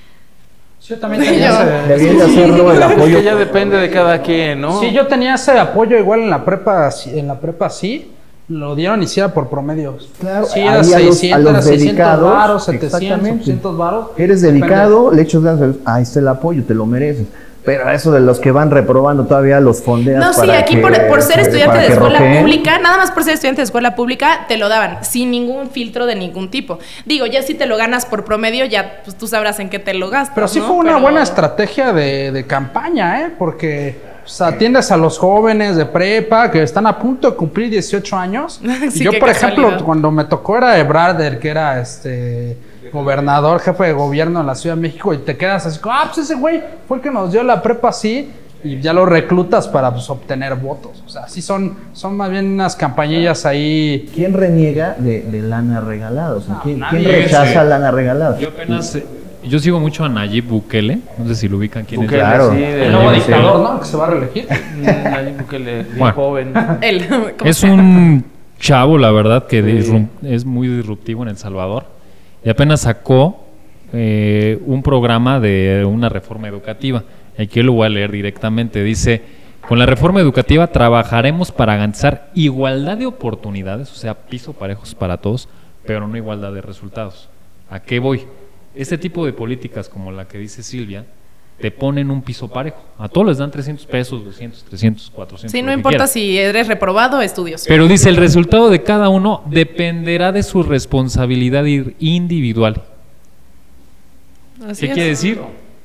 Yo también tenía ese... Debían de hacerlo el Es apoyo. que ya depende de cada quien, ¿no? Sí, yo tenía ese apoyo igual en la prepa, sí- en la prepa sí, lo dieron y sí era por promedios. Claro, sí, ahí era a los- a seiscientos, los era seiscientos dedicados, varos, setecientos, exactamente. ochocientos varos. Eres Depende. dedicado, le echas ganas, ahí está el apoyo, te lo mereces. Pero eso de los que van reprobando todavía los fondeas No, sí, para aquí que- por, por ser para estudiante de que escuela roqueen. pública, nada más por ser estudiante de escuela pública, te lo daban, sin ningún filtro de ningún tipo. Digo, ya si te lo ganas por promedio, ya pues, tú sabrás en qué te lo gastas. Pero sí ¿no? fue una Pero- buena estrategia de, de campaña, ¿eh? Porque o sea, atiendes a los jóvenes de prepa que están a punto de cumplir dieciocho años. Sí, y yo, qué por ejemplo, casualidad. cuando me tocó era Ebrard, el que era este gobernador, jefe de gobierno en la Ciudad de México, y te quedas así como, ah, pues ese güey fue el que nos dio la prepa así, y ya lo reclutas para pues, obtener votos. O sea, sí son, son más bien unas campañillas ahí. ¿Quién reniega de, de lana regalada? O sea, ¿quién, nadie. quién rechaza Sí. lana regalada? Yo apenas... eh, Yo sigo mucho a Nayib Bukele, no sé si lo ubican quién Bukele, es. Claro. sí, de- El nuevo sí. dictador, ¿no? Que se va a reelegir. Mm, Nayib Bukele, bien Bueno. joven. Él, ¿cómo Es se llama? un chavo, la verdad, que Sí. disrum- es muy disruptivo en El Salvador. Y apenas sacó eh, un programa de una reforma educativa. Aquí lo voy a leer directamente. Dice, con la reforma educativa trabajaremos para garantizar igualdad de oportunidades, o sea, piso parejos para todos, pero no igualdad de resultados. ¿A qué voy? Este tipo de políticas como la que dice Silvia, te ponen un piso parejo. A todos les dan trescientos pesos, doscientos, trescientos, cuatrocientos. Sí, lo no que importa quieras. si eres reprobado o estudios. Pero dice, el resultado de cada uno dependerá de su responsabilidad ir- individual. Así ¿Qué es. quiere decir?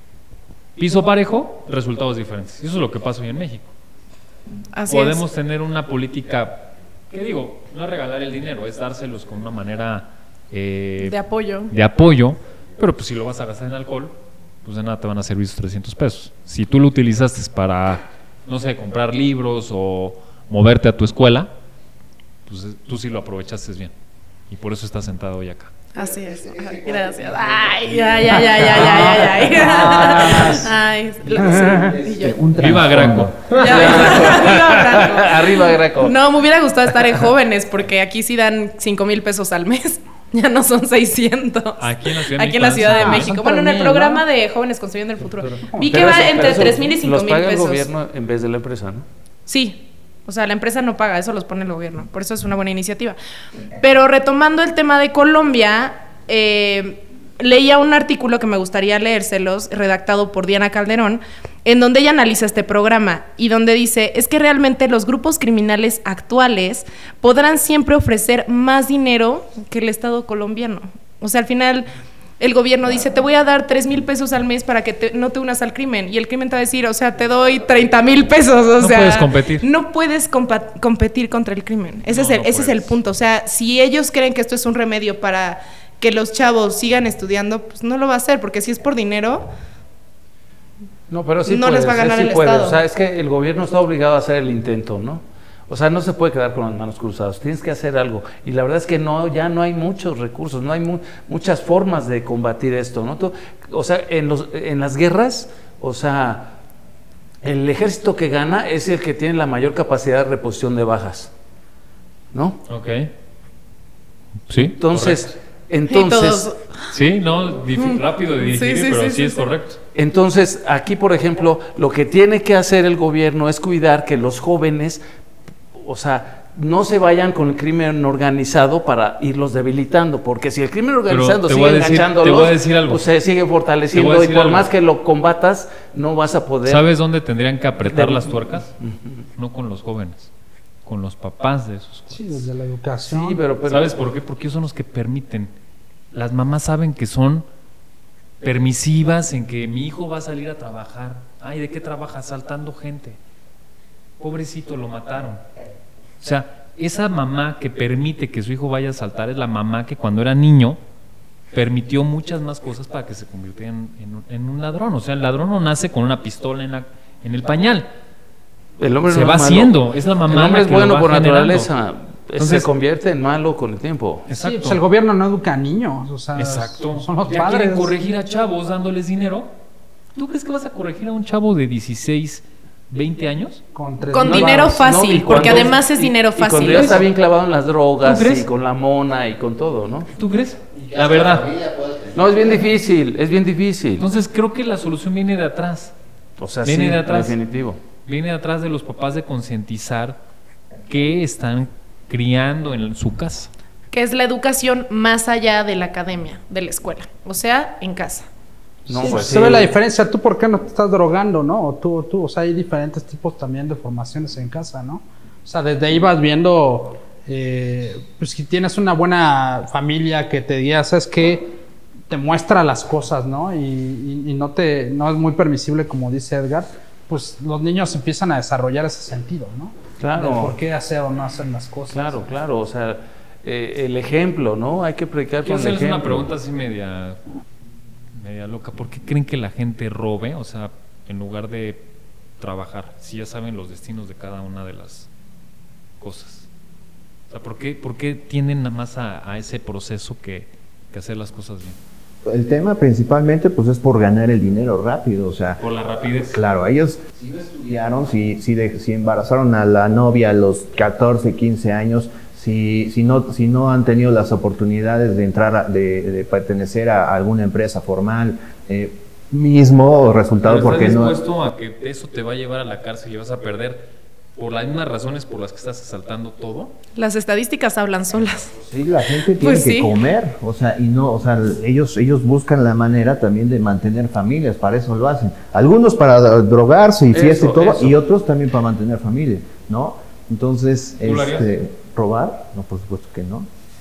piso parejo, resultados diferentes. Eso es lo que pasa hoy en México. Así Podemos es. tener una política, ¿qué digo? No es regalar el dinero, es dárselos con una manera eh, De apoyo. de apoyo, pero pues si lo vas a gastar en alcohol, pues de nada te van a servir esos trescientos pesos. Si tú lo utilizaste para, no sé, comprar libros o moverte a tu escuela, pues tú sí lo aprovechaste bien. Y por eso estás sentado hoy acá. Así es. Ay, gracias. Ay, ay, ay, ay, ay, ay, ay. Ay, sí. Y yo, Un ¡Viva trasfondo. Graco! ya ves, viva Franco. Arriba, Greco. No, me hubiera gustado estar en jóvenes porque aquí sí dan cinco mil pesos al mes. Ya no son seiscientos. Aquí en la Ciudad de Aquí en la México. Ciudad de Ah, México. son Bueno, en el tres mil, programa ¿no? de Jóvenes Construyendo el Futuro. Vi que Pero va eso- entre eso tres mil y cinco los mil paga pesos. el gobierno en vez de la empresa, ¿no? Sí, o sea, la empresa no paga, eso los pone el gobierno, por eso es una buena iniciativa. Pero retomando el tema de Colombia, eh, leía un artículo que me gustaría leérselos, redactado por Diana Calderón, en donde ella analiza este programa y donde dice, es que realmente los grupos criminales actuales podrán siempre ofrecer más dinero que el Estado colombiano. O sea, al final el gobierno dice, te voy a dar tres mil pesos al mes para que te- no te unas al crimen. Y el crimen te va a decir, o sea, te doy treinta mil pesos. O No sea, puedes competir. No puedes compa- competir contra el crimen. Ese, No, es, el, no ese es el puedes. punto. O sea, si ellos creen que esto es un remedio para que los chavos sigan estudiando, pues no lo va a hacer, porque si es por dinero, No, pero sí No les puedes, va a ganar sí el puedes. Estado. O sea, es que el gobierno está obligado a hacer el intento, ¿no? O sea, no se puede quedar con las manos cruzadas, tienes que hacer algo. Y la verdad es que no, ya no hay muchos recursos, no hay mu- muchas formas de combatir esto, ¿no? Tú- o sea, en, los, en las guerras, o sea, el ejército que gana es el que tiene la mayor capacidad de reposición de bajas, ¿no? Ok. Sí. Entonces, correcto. entonces... y todos... Sí, no, dif- rápido de Sí, digerir, sí, pero sí, sí, sí, es sí. correcto. Entonces, aquí, por ejemplo, lo que tiene que hacer el gobierno es cuidar que los jóvenes, o sea, no se vayan con el crimen organizado para irlos debilitando, porque si el crimen organizado te voy sigue a decir- enganchándolos, te voy a decir algo. pues se sigue Te voy fortaleciendo a y decir por algo. más que lo combatas, no vas a poder... ¿Sabes dónde tendrían que apretar De- las tuercas? No con los jóvenes, con los papás de esos jóvenes. Sí, desde la educación. Sí, pero, pero- ¿Sabes por qué? Porque ellos son los que permiten. Las mamás saben que son permisivas en que mi hijo va a salir a trabajar. Ay, ¿de qué trabaja? Asaltando gente. Pobrecito, lo mataron. O sea, esa mamá que permite que su hijo vaya a asaltar es la mamá que cuando era niño permitió muchas más cosas para que se convirtiera en, en un- en un ladrón. O sea, el ladrón no nace con una pistola en, la, en el pañal. el hombre se no va es malo. haciendo, es la mamá El hombre la es que lo bueno va por generando. naturaleza, Entonces- se convierte en malo con el tiempo. Sí, pues el gobierno no educa a niños, o sea, Exacto. son los Ya padres. quieren corregir a chavos dándoles dinero. ¿Tú crees que vas a corregir a un chavo de dieciséis, veinte años? Con, tres Con mil dinero varos. fácil, y porque cuando- además es y- dinero Y cuando fácil. ya está bien clavado en las drogas ¿Tú crees? y con la mona y con todo, ¿no? ¿Tú crees? La verdad. No, es bien difícil, es bien difícil. Entonces creo que la solución viene de atrás. O sea, viene sí, de atrás. definitivo. Viene de atrás de los papás de concientizar que están criando en su casa. Que es la educación más allá de la academia, de la escuela, o sea, en casa. No, Sí, pues se sí. ve la diferencia. ¿Tú por qué no te estás drogando, no? O tú, o tú, o sea, hay diferentes tipos también de formaciones en casa, ¿no? O sea, desde ahí vas viendo, eh, pues si tienes una buena familia que te diga, ¿sabes qué? Te muestra las cosas, ¿no? Y, y- y no te, no es muy permisible, como dice Edgar, pues los niños empiezan a desarrollar ese sentido, ¿no? Claro. De por qué hacer o no hacer las cosas. Claro, claro, o sea, eh, el ejemplo, ¿no? Hay que predicar Quiero con el hacerles ejemplo. una pregunta así media, media loca. ¿Por qué creen que la gente robe? O sea, en lugar de trabajar, si ya saben los destinos de cada una de las cosas. O sea, ¿por qué, por qué tienden nada más a, a ese proceso que, que hacer las cosas bien? El tema principalmente pues es por ganar el dinero rápido, o sea, Por la rapidez. claro, ellos si no estudiaron, si, si, de- si embarazaron a la novia a los catorce, quince años, si, si, no, si no han tenido las oportunidades de entrar, a- de, de pertenecer a alguna empresa formal, eh, mismo resultado Pero porque ¿estás no... dispuesto a que eso te va a llevar a la cárcel y vas a perder por las mismas razones por las que estás asaltando todo? Las estadísticas hablan solas. Sí, la gente tiene Pues que sí. comer, o sea, y no, o sea, ellos, ellos buscan la manera también de mantener familias, para eso lo hacen. Algunos para drogarse y fiesta Eso, y todo, eso. y otros también para mantener familia, ¿no? Entonces, ¿Tú lo harías? este, robar, no, por supuesto que no.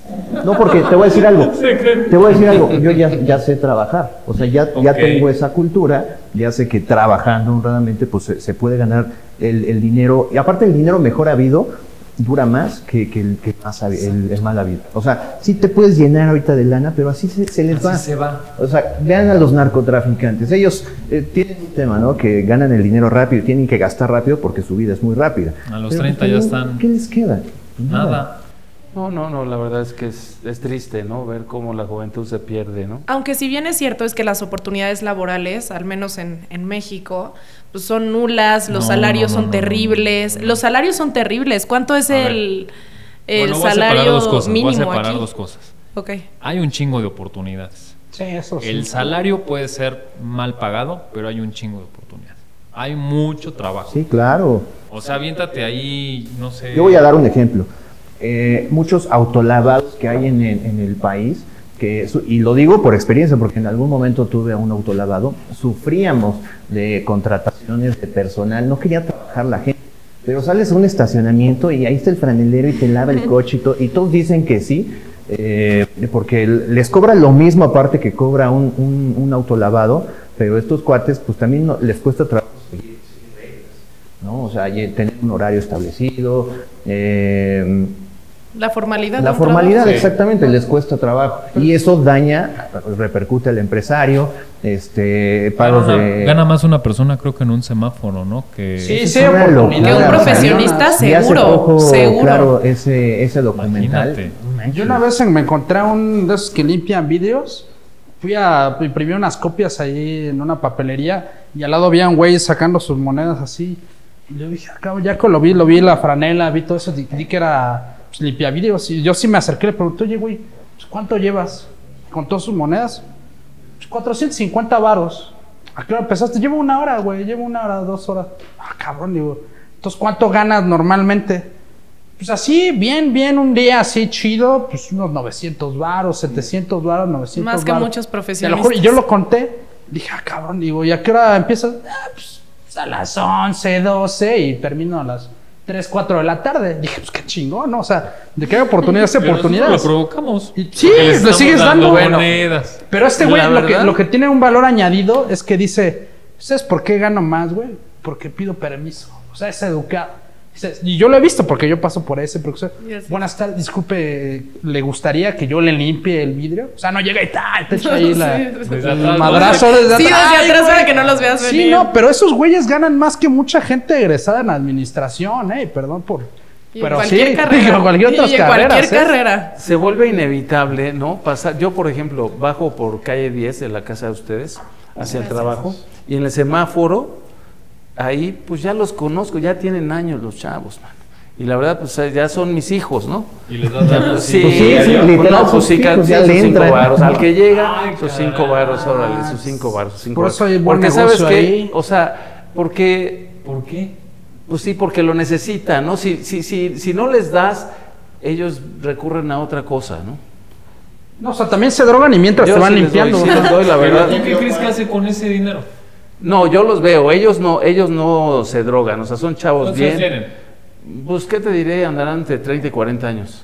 No, porque te voy a decir algo. Te voy a decir algo. Yo ya, ya sé trabajar. O sea, ya, ya Okay. tengo esa cultura. Ya sé que trabajando honradamente, pues se, se puede ganar el, el dinero. Y aparte, el dinero mejor habido dura más que, que el que más habi- el, el mal habido. O sea, sí te puedes llenar ahorita de lana, pero así se, se les va. Así se va. O sea, vean a los narcotraficantes. Ellos eh, tienen un tema, ¿no? Que ganan el dinero rápido, tienen que gastar rápido porque su vida es muy rápida. A los Pero, treinta pues, ya también, están- ¿qué les queda? Pues Nada. No, no, no, la verdad es que es, es triste, ¿no? Ver cómo la juventud se pierde, ¿no? Aunque si bien es cierto es que las oportunidades laborales, al menos en, en México, pues son nulas, los No, salarios no, no, son no, terribles. no, no. Los salarios son terribles. ¿Cuánto es A ver. el, el Bueno, voy a separar salario dos cosas. mínimo voy a separar aquí? dos cosas. Ok. Hay un chingo de oportunidades. Sí, eso sí. El salario puede ser mal pagado, pero hay un chingo de oportunidades. Hay mucho trabajo. Sí, claro. O sea, aviéntate ahí, no sé. Yo voy a dar un ejemplo. Eh, muchos autolavados que hay en, el- en el país, que, su- y lo digo por experiencia, porque en algún momento tuve un autolavado, sufríamos de contrataciones de personal, no quería trabajar la gente, pero sales a un estacionamiento y ahí está el franelero y te lava el coche y, to- y todos dicen que sí, eh, porque les cobra lo mismo aparte que cobra un, un, un autolavado, pero estos cuates pues también no- les cuesta trabajo seguir, seguir reglas, ¿no? O sea, y tener un horario establecido, eh, La formalidad. de la un formalidad, trabajo. exactamente, les cuesta trabajo. Y eso daña, repercute al empresario, este, pagos Gana, de... gana más una persona, creo que en un semáforo, ¿no? Que Sí, Es sí, una oportunidad. locura, Que un o sea, profesionista, y hace seguro, poco, seguro. Claro, ese, ese documental. Imagínate. no manches. Yo una vez me encontré a un de esos que limpian vidrios. Fui a imprimir unas copias ahí en una papelería y al lado había un güey sacando sus monedas así. Y yo dije, acá ya que lo vi, lo vi la franela, vi todo eso, di, di que era pues, limpiavidrios. Y yo sí me acerqué, le pregunté, oye, güey, pues, ¿cuánto llevas con todas sus monedas? Pues cuatrocientos cincuenta varos. ¿A qué hora empezaste? Llevo una hora, güey, llevo una hora, dos horas. Ah, cabrón, digo, entonces, ¿cuánto ganas normalmente? Pues así, bien, bien, un día así chido, pues unos novecientos varos, setecientos varos, novecientos Más que varos. muchos Te lo profesionistas. juro, y yo lo conté, dije, ah, cabrón, digo, ¿y a qué hora empiezas? Ah, pues a las once, doce y termino a las tres, cuatro de la tarde. Dije, pues qué chingón, ¿no? O sea, de que hay oportunidades, Pero oportunidades. nosotros lo provocamos. Y- sí, Porque le estamos sigues dando. Bueno. monedas. Pero este güey La lo que, verdad- lo que tiene un valor añadido es que dice, ¿sabes por qué gano más, güey? Porque pido permiso. O sea, es educado. Dice, y yo lo he visto porque yo paso por ese proceso. Ya sé. Buenas tardes, disculpe, ¿le gustaría que yo le limpie el vidrio? O sea, no llega y tal, te echa ahí la, Sí, el desde atrás, madrazo desde Sí, desde Ay, atrás güey. para que no los veas Sí, venir. no, pero esos güeyes ganan más que mucha gente egresada en administración, eh, perdón por... Y en pero cualquier sí, carrera. en cualquier otras y en carreras, cualquier ¿eh? carrera. Se vuelve inevitable, ¿no? Pasar, yo, por ejemplo, bajo por calle diez de la casa de ustedes hacia el trabajo y en el semáforo, ahí pues ya los conozco, ya tienen años los chavos, man. Y la verdad, pues ya son mis hijos, ¿no? Y les das la Sí, Pues sí, sí, pues, literal, no, pues sus sí, hijos can- ya sí, le sus cinco entran. varos. Al que llega, Ay, sus caray. cinco varos, órale, sus cinco varos, sus cinco Por varos. eso hay buen Porque sabes negocio que, ahí. o sea, porque, ¿Por qué? pues sí, porque lo necesitan, ¿no? Si, si, si, si no les das, ellos recurren a otra cosa, ¿no? No, o sea, también se drogan y mientras Yo se van sí les doy, limpiando. sí les doy, la verdad. ¿Pero tú qué crees que hace con ese dinero? No, yo los veo, ellos no, ellos no se drogan, o sea, son chavos ¿Cuántos años bien. tienen? Pues, ¿qué te diré? Andarán entre treinta y cuarenta años.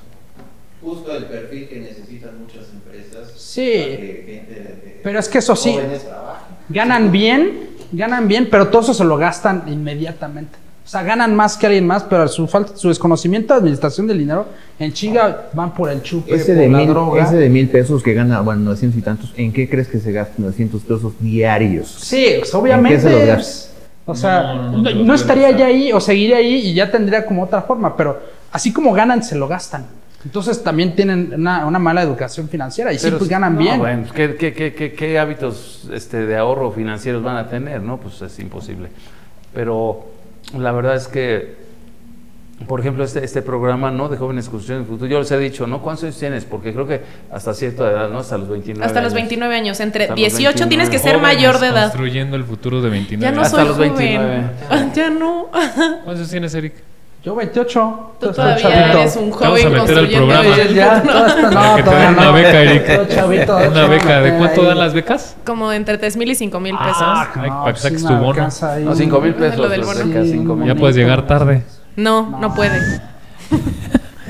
Justo el perfil que necesitan muchas empresas. Sí. para que gente de- Pero es que eso sí, jóvenes trabajen. ganan bien, ganan bien, pero todo eso se lo gastan inmediatamente. O sea, ganan más que alguien más, pero su falta, su desconocimiento de administración del dinero, en chinga van por el chupe, Ese por de, la mil, droga. ese de mil pesos que gana, bueno, novecientos y tantos, ¿en qué crees que se gasta novecientos pesos diarios? Sí, pues, obviamente. ¿En qué se los gastas? O sea, No, no, no, no te los no puedes estaría gastar. ya ahí o seguiría ahí y ya tendría como otra forma, pero así como ganan, se lo gastan. Entonces también tienen una, una mala educación financiera y sí, Pero pues sí- ganan no, bien. Bueno, ¿qué, qué, qué, qué, qué hábitos este, de ahorro financieros van a tener? ¿No? Pues es imposible. Pero la verdad es que, por ejemplo, este, este programa, ¿no? De Jóvenes Construyendo el Futuro, yo les he dicho, ¿no? ¿Cuántos años tienes? Porque creo que hasta cierta edad, ¿no? Hasta los veintinueve Hasta los años. veintinueve años. Entre Hasta los dieciocho tienes que ser Jóvenes mayor de edad. Construyendo el futuro de veintinueve. Ya no Hasta soy los joven. veintinueve. Ah, ya no. ¿Cuántos años tienes, Eric? Yo veintiocho. Tú estoy todavía chavito. eres un Vamos a joven meter al construyendo programa. el Ya, futuro. todo esto Para no, que te todavía den una no. beca, Eric. Todo chavito, Una todo beca. ¿De chavito cuánto ahí. dan las becas? Como entre tres mil y cinco mil pesos. Ah, Ay, para que sí saques me tu bono. alcanza ahí. No, cinco mil Lo pesos. del pues, bono. cerca de cinco mil. Ya puedes llegar tarde. No, no puede.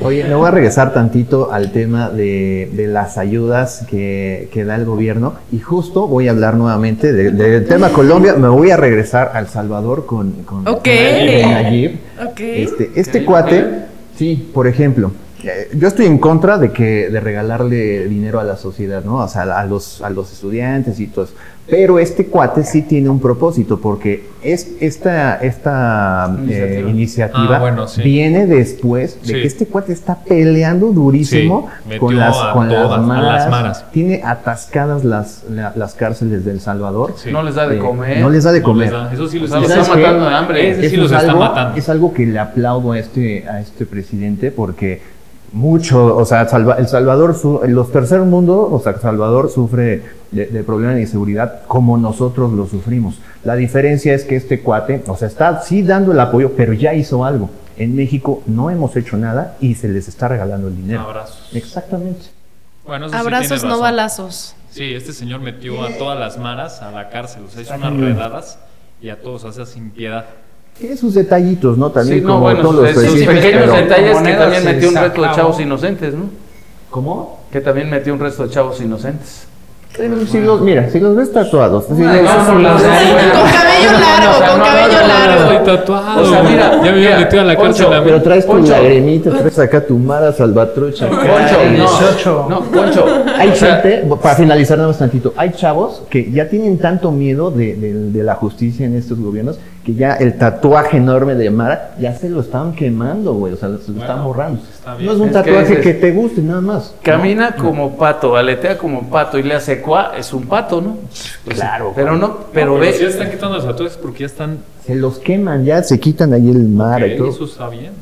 Oye, me voy a regresar tantito al tema de, de las ayudas que, que da el gobierno y justo voy a hablar nuevamente de- del tema Colombia. Me voy a regresar al Salvador con, con, Ok. con Nayib. Ok. Este, este cuate, sí, por ejemplo, eh, yo estoy en contra de que de regalarle dinero a la sociedad, ¿no? O sea, a los, a los estudiantes y todo eso. Pero este cuate sí tiene un propósito, porque es esta, esta eh, Iniciativa. iniciativa Ah, bueno, sí. viene después de Sí. que este cuate está peleando durísimo Sí, metió con las, a con las todas, a maras. las maras. Tiene atascadas las, la- las cárceles de El Salvador. Sí. No les da de Eh, comer. No les da de No comer. les da. Eso sí O los sea, ¿Y los sabes está qué? matando de hambre. Ese sí Eso los es está algo, matando. es algo que le aplaudo a este, a este presidente porque mucho, o sea, Salva- El Salvador, su- los tercer mundo, o sea, El Salvador sufre de, de problemas de inseguridad como nosotros lo sufrimos. La diferencia es que este cuate, o sea, está sí dando el apoyo, pero ya hizo algo. En México no hemos hecho nada y se les está regalando el dinero. Abrazos. Exactamente. Bueno, eso sí Abrazos, tiene no razón. balazos. Sí, este señor metió a todas las maras a la cárcel, o sea, hizo unas redadas y a todos, o sea, sin piedad. Tiene sus detallitos, ¿no? También Sí, no, como bueno, todos los esos presidentes, pequeños pero- detalles que monedas también se metió un resto de acabó. chavos inocentes, ¿no? ¿Cómo? Que también metió un resto de chavos inocentes. Si los, mira, si los ves tatuados, si Ay, los- no, por las- Con cabello largo, O sea, con no, cabello no, no, no, largo. Estoy tatuado. O sea, mira, ya me mira, había metido a la Poncho, cárcel a mí. pero traes tu Poncho. lagrimita, traes acá tu Mara Salvatrucha. Poncho, Ay, no, dieciocho. no, Poncho. Hay O sea, gente, para finalizar nada más tantito, hay chavos que ya tienen tanto miedo de, de- de la justicia en estos gobiernos que ya el tatuaje enorme de Mara ya se lo están quemando, güey, o sea, se lo están borrando. está bien. No es un Es que tatuaje ese que, es- te guste nada más. Camina como pato, aletea como pato y le hace cuá, es un pato, ¿no? Pues, Claro, pero no, pero No, ve. si ya están quitando los tatuajes porque ya están. Se los queman, ya se quitan ahí el Mara y Ok, todo. eso está bien.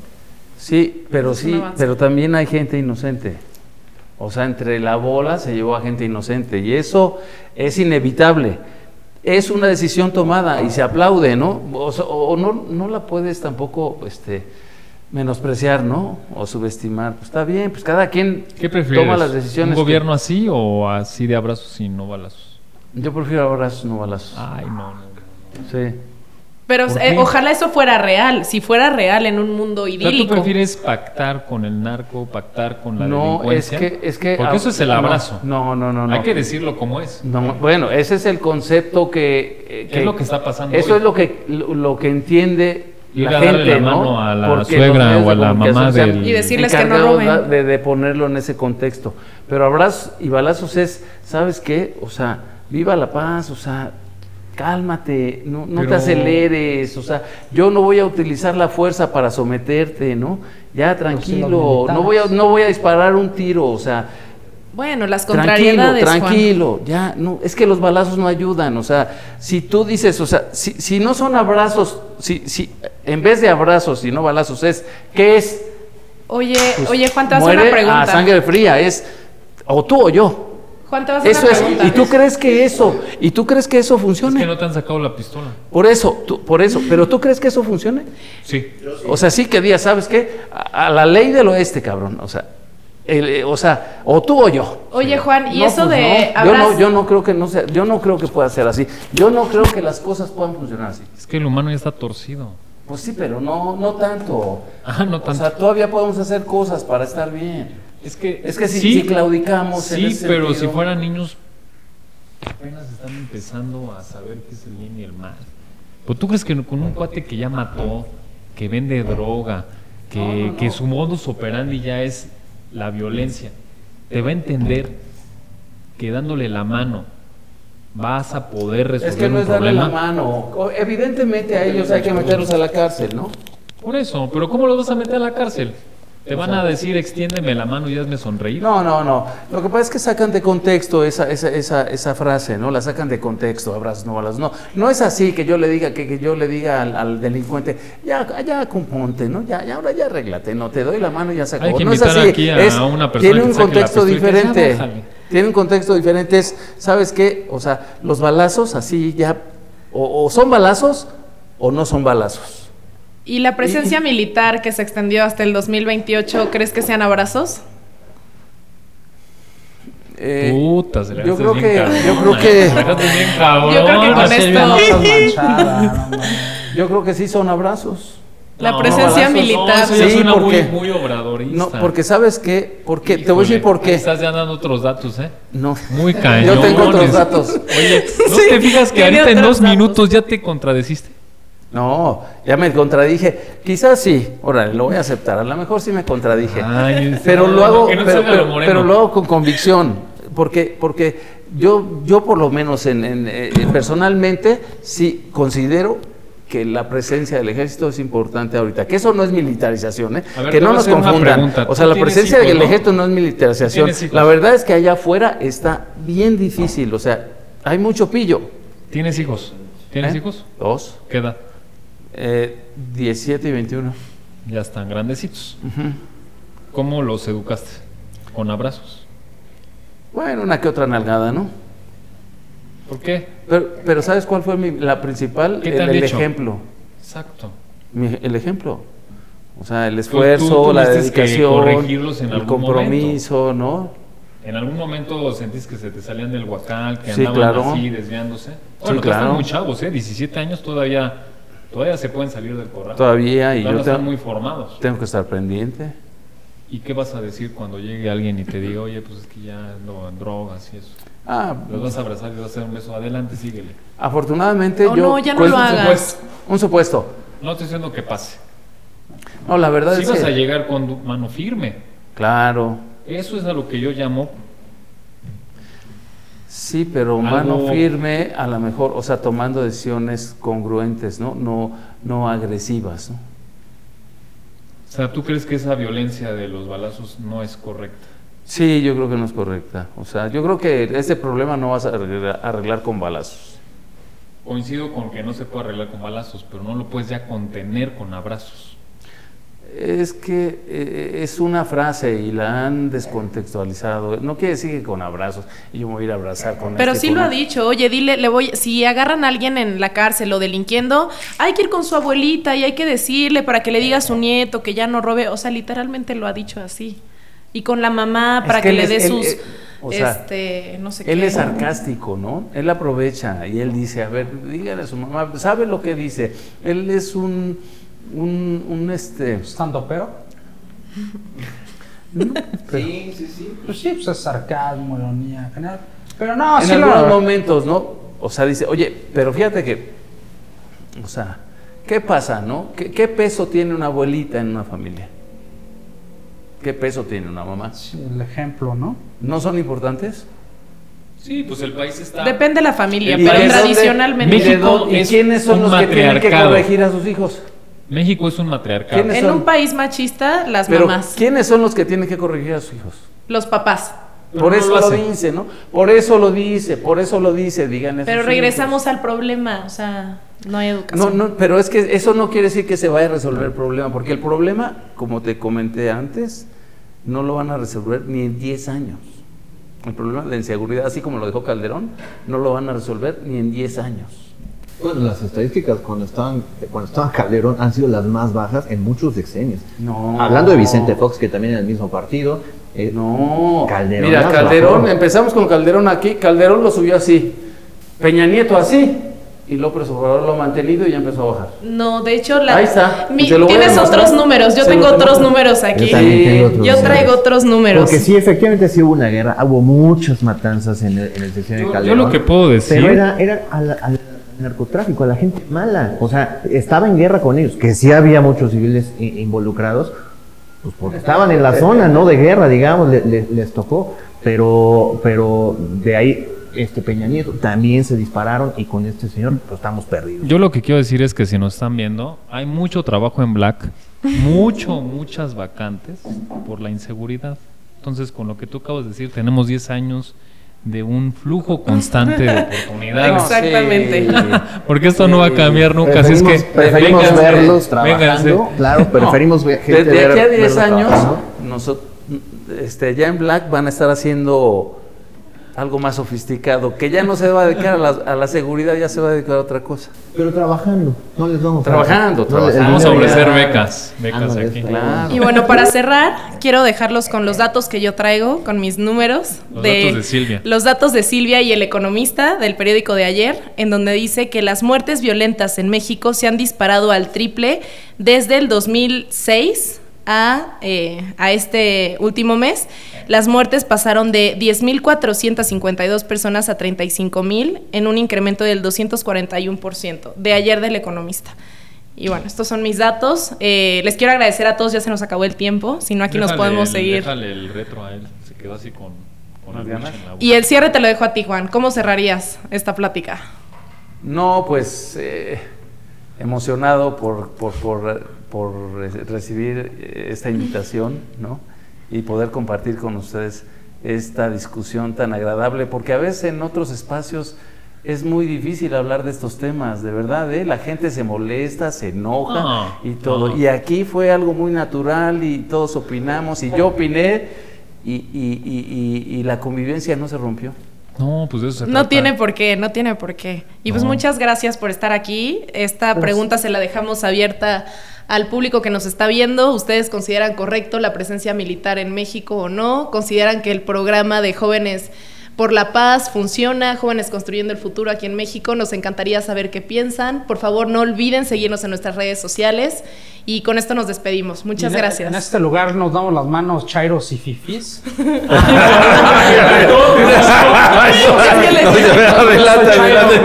Sí, pero Es un sí, avance. pero también hay gente inocente. O sea, entre la bola se llevó a gente inocente y eso es inevitable. Es una decisión tomada y se aplaude, ¿no? O, sea, o no, no la puedes tampoco, este, menospreciar, ¿no? O subestimar. Pues está bien, pues cada quien ¿Qué prefieres? toma las decisiones. ¿Un que- gobierno así o así de abrazos y no balazos? Yo prefiero abrazos, no balazos. Ay, no, no. no. Sí. Pero ¿Por eh, qué? ojalá eso fuera real. Si fuera real en un mundo O sea, ¿tú idílico. prefieres pactar con el narco, pactar con la No, es delincuencia? que, es que. Porque eso es el no, abrazo. No, no, no, no. Hay que decirlo como es. No, bueno, ese es el concepto que, eh, ¿Qué que- es lo que está pasando Eso hoy? es lo que lo, lo que entiende Ir la a darle gente, la ¿no? mano a la Porque suegra los medios o a de la comunicación mamá se han del- Y decirles que no encargado roben. de, de ponerlo en ese contexto. Pero abrazos y balazos es, ¿sabes qué? O sea, viva la paz, o sea, cálmate, no, no te Pero- aceleres, o sea, yo no voy a utilizar la fuerza para someterte, ¿no? Ya tranquilo, no voy a, no voy a disparar un tiro, o sea, Bueno, las tranquilo, contrariedades. Juan. tranquilo, ya, no, es que los balazos no ayudan, o sea, si tú dices, o sea, si, si no son abrazos, si, si en vez de abrazos y no balazos es, ¿qué es? Oye, Pues, oye, Juan, te vas a hacer muere una pregunta. a sangre fría, es o tú o yo. Juan, te vas a hacer Eso una es, pregunta. y tú crees que eso, y tú crees que eso Es funcione. que no te han sacado la pistola. Por eso, tú- por eso, pero tú crees que eso funcione. Sí. O sea, sí que digas, ¿sabes qué? A, a la ley del oeste, cabrón, o sea, el, eh, o sea, o tú o yo. Oye, Juan, y No, eso pues de no. Yo abraz- no, yo no creo que no sea, yo no creo que pueda ser así. Yo no creo que las cosas puedan funcionar así. Es que el humano ya está torcido. Pues sí, pero no, no tanto. Ah, no O tanto. sea, todavía podemos hacer cosas para estar bien. Es que, Es que si, si claudicamos en Sí, ese pero sentido- si fueran niños apenas están empezando a saber qué es el bien y el mal. ¿Pero tú crees que con un cuate que ya mató, que vende droga, que, No, no, no. que su modus operandi ya es la violencia, te va a entender que dándole la mano vas a poder resolver Es que no un es darle problema? la mano. O- Evidentemente a ellos hay que meterlos a la cárcel, ¿no? Por eso, pero ¿cómo los vas a meter a la cárcel? Te van a decir, extiéndeme la mano y hazme sonreír. No, no, no. Lo que pasa es que sacan de contexto esa, esa, esa, esa frase, ¿no? La sacan de contexto, abrazos, no balazos. No, no es así que yo le diga, que, que yo le diga al, al delincuente, ya, ya componte, ¿no? Ya, ya, ahora ya arréglate, no te doy la mano y ya se acabó. Hay que no es invitar así. aquí a Es- una persona tiene que un saque la contexto pistola y que ya diferente. bájale. Tiene un contexto diferente. Es, ¿sabes qué? O sea, los balazos así ya, o, o son balazos o no son balazos. ¿Y la presencia militar que se extendió hasta el dos mil veintiocho, crees que sean abrazos? Eh, Puta, se la yo dejaste creo bien que- cabrón, yo creo eh. que- Se la dejaste bien cabrón. Yo creo que con Sí, esto- ya no estás manchada, no mames. Yo creo que sí son abrazos. La No, presencia balazos, militar. No, eso ya Sí, suena porque- muy, muy obradorista. No, porque ¿sabes qué? Porque te voy a decir Híjole, por qué. Estás ya dando otros datos, ¿eh? No. Muy cañones. Yo tengo otros datos. Oye, ¿no Sí, te fijas que tiene ahorita en otros dos datos. minutos ya te contradeciste? No, ya me contradije. Quizás sí, órale, lo voy a aceptar. A lo mejor sí me contradije. Ay, pero no, lo hago, que no pero, salga lo pero- moreno. pero lo hago con convicción. Porque, porque yo, yo por lo menos en, en, eh, personalmente sí considero que la presencia del ejército es importante ahorita, que eso no es militarización, ¿eh? A ver, que te no voy a nos hacer una confundan. pregunta. O sea, Tú la tienes presencia hijos, del ¿no? ejército no es militarización. Tienes hijos. La verdad es que allá afuera está bien difícil, o sea, hay mucho pillo. ¿Tienes hijos? ¿Tienes ¿Eh? hijos? Dos, ¿Qué edad? eh, diecisiete y veintiuno. Ya están grandecitos. Ujú. ¿Cómo los educaste? ¿Con abrazos? Bueno, una que otra nalgada, ¿no? ¿Por qué? Pero, pero ¿sabes cuál fue mi- la principal? ¿Qué te El, han el dicho? ejemplo. Exacto. Mi- el ejemplo. O sea, el tú esfuerzo, la tuviste que dedicación, corregirlos en el algún compromiso, ¿no? ¿En algún momento sentís que se te salían del huacal, que Sí, andaban claro. así desviándose? Sí, Bueno, claro. están muy chavos, ¿eh? diecisiete años todavía, todavía se pueden salir del corral. Todavía, y Todavía yo no están tengo, muy formados. tengo que estar pendiente. ¿Y qué vas a decir cuando llegue alguien y te diga, oye, pues es que ya ando en drogas y eso? Ah, Los vas a abrazar y vas a hacer un beso. Adelante, síguele. afortunadamente Oh, yo... no, ya no pues, lo un hagas. supuesto- Un supuesto. No estoy diciendo que pase. No, la verdad Si es vas que... a llegar con tu mano firme. Claro, Eso es a lo que yo llamo. sí, pero Algo- mano firme, a lo mejor, o sea, tomando decisiones congruentes, ¿no? No, no agresivas, ¿no? O sea, ¿tú crees que esa violencia de los balazos no es correcta? Sí, yo creo que no es correcta. O sea, yo creo que este problema no vas a arreglar, arreglar con balazos. Coincido con que no se puede arreglar con balazos, pero no lo puedes ya contener con abrazos. Es que eh, es una frase y la han descontextualizado. No quiere decir que con abrazos y yo me voy a ir a abrazar con Pero este, sí lo con ha otro. dicho, oye, dile, le voy, si agarran a alguien en la cárcel o delinquiendo, hay que ir con su abuelita y hay que decirle para que le diga a su nieto que ya no robe, o sea, literalmente lo ha dicho así. Y con la mamá Es para que que, él le es- dé él, sus, eh, o sea, este, no sé Él qué. es sarcástico, ¿no? Él aprovecha y él dice, a ver, dígale a su mamá, ¿sabe lo que dice? Él es un, un, un este... ¿Estando pero? Sí, sí, sí. Pues sí, pues es sarcasmo, ironía, en general. Pero no, en sí algunos lo... momentos, ¿no? O sea, dice, oye, pero fíjate que, o sea, ¿qué pasa, no? ¿Qué, qué peso tiene una abuelita en una familia? ¿Qué peso tiene una mamá? Sí, el ejemplo, ¿no? ¿No son importantes? Sí, pues el país está... Depende de la familia, ¿Y pero de dónde- tradicionalmente. ¿Y, de México dónde- y es quiénes son un los que tienen que matriarcado. corregir a sus hijos? México es un matriarcado. ¿Quiénes En son? un país machista, las Pero mamás, ¿quiénes son los que tienen que corregir a sus hijos? los papás. Pero Por no eso lo lo, hace. dice, ¿no? Por eso lo dice, por eso lo dice, digan eso. Pero regresamos al problema, o sea, no hay No, educación. no, pero es que eso no quiere decir que se vaya a resolver el problema, porque el problema, como te comenté antes, no lo van a resolver ni en diez años. El problema de la inseguridad, así como lo dejó Calderón, no lo van a resolver ni en diez años. Bueno, las estadísticas cuando estaban, cuando estaba Calderón han sido las más bajas en muchos sexenios. No. Hablando de Vicente Fox, que también en el mismo partido. eh, No, Calderón mira, las Calderón, bajó. empezamos con Calderón aquí, Calderón lo subió así, Peña Nieto así, y López Obrador lo ha mantenido y ya empezó a bajar. No, de hecho, la, Ahí está, mi- te lo voy a tienes demostrar. otros números, yo Se tengo lo otros demuestro. números aquí. Yo también tengo otros Yo traigo números. otros números. Porque sí, efectivamente sí hubo una guerra, hubo muchas matanzas en el, en el sexenio de Yo, yo Calderón. lo que puedo decir... Pero era, era al, al narcotráfico, a la gente mala. O sea, estaba en guerra con ellos, que sí había muchos civiles i- involucrados, pues porque estaban en la zona, ¿no? De guerra, digamos, le- le- les tocó. Pero, pero de ahí, este Peña Nieto, también se dispararon y con este señor, pues estamos perdidos. Yo lo que quiero decir es que si nos están viendo, hay mucho trabajo en Black, mucho, muchas vacantes por la inseguridad. Entonces, con lo que tú acabas de decir, tenemos diez años de un flujo constante de oportunidades. Exactamente. Porque esto no va a cambiar nunca. Así es que preferimos vénganse, verlos trabajando. vénganse. Claro, preferimos ver De, gente de aquí a ver- diez verlos años, trabajando. nosotros, este, ya en Black van a estar haciendo algo más sofisticado, que ya no se va a dedicar a la, a la seguridad, ya se va a dedicar a otra cosa. Pero trabajando, no les vamos a Trabajando, no les- trabajando. Vamos a el dinero ofrecer ya- becas, becas Ándale, aquí. está Claro. Y bueno, para cerrar, quiero dejarlos con los datos que yo traigo, con mis números. Los datos de Silvia. Los datos de Silvia y El Economista del periódico de ayer, en donde dice que las muertes violentas en México se han disparado al triple desde el dos mil seis a, eh, a este último mes. Las muertes pasaron de diez mil cuatrocientas cincuenta y dos personas a treinta y cinco mil, en un incremento del doscientos cuarenta y uno por ciento, de ayer del Economista. Y bueno, estos son mis datos. Eh, les quiero agradecer a todos, ya se nos acabó el tiempo, si no aquí nos Déjale podemos el- seguir. Déjale el retro a él, se quedó así con, con el ganas? buche en la boca. Y el cierre te lo dejo a ti, Juan. ¿Cómo cerrarías esta plática? No, pues eh, emocionado por, por, por, por re- recibir eh, esta invitación, ¿no? Y poder compartir con ustedes esta discusión tan agradable, porque a veces en otros espacios es muy difícil hablar de estos temas, de verdad, ¿eh? La gente se molesta, se enoja Ah, y todo. ah. Y aquí fue algo muy natural y todos opinamos y yo opiné y, y, y, y, y la convivencia no se rompió. No, pues de eso se No trata. tiene por qué, no tiene por qué. Y pues No. muchas gracias por estar aquí. Esta pregunta se la dejamos abierta al público que nos está viendo. ¿Ustedes consideran correcto la presencia militar en México o no? ¿Consideran que el programa de Jóvenes por la Paz funciona? Jóvenes Construyendo el Futuro aquí en México. Nos encantaría saber qué piensan. Por favor, no olviden seguirnos en nuestras redes sociales. Y con esto nos despedimos. Muchas Y en- gracias. En este lugar nos damos las manos chairos y fifís. Adelante, adelante.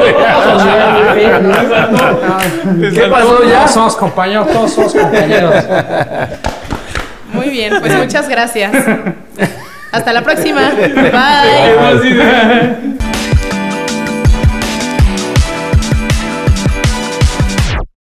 ¿Qué pasó ya? Todos somos compañeros, todos somos compañeros. Muy bien, pues muchas gracias. Hasta la próxima. Bye.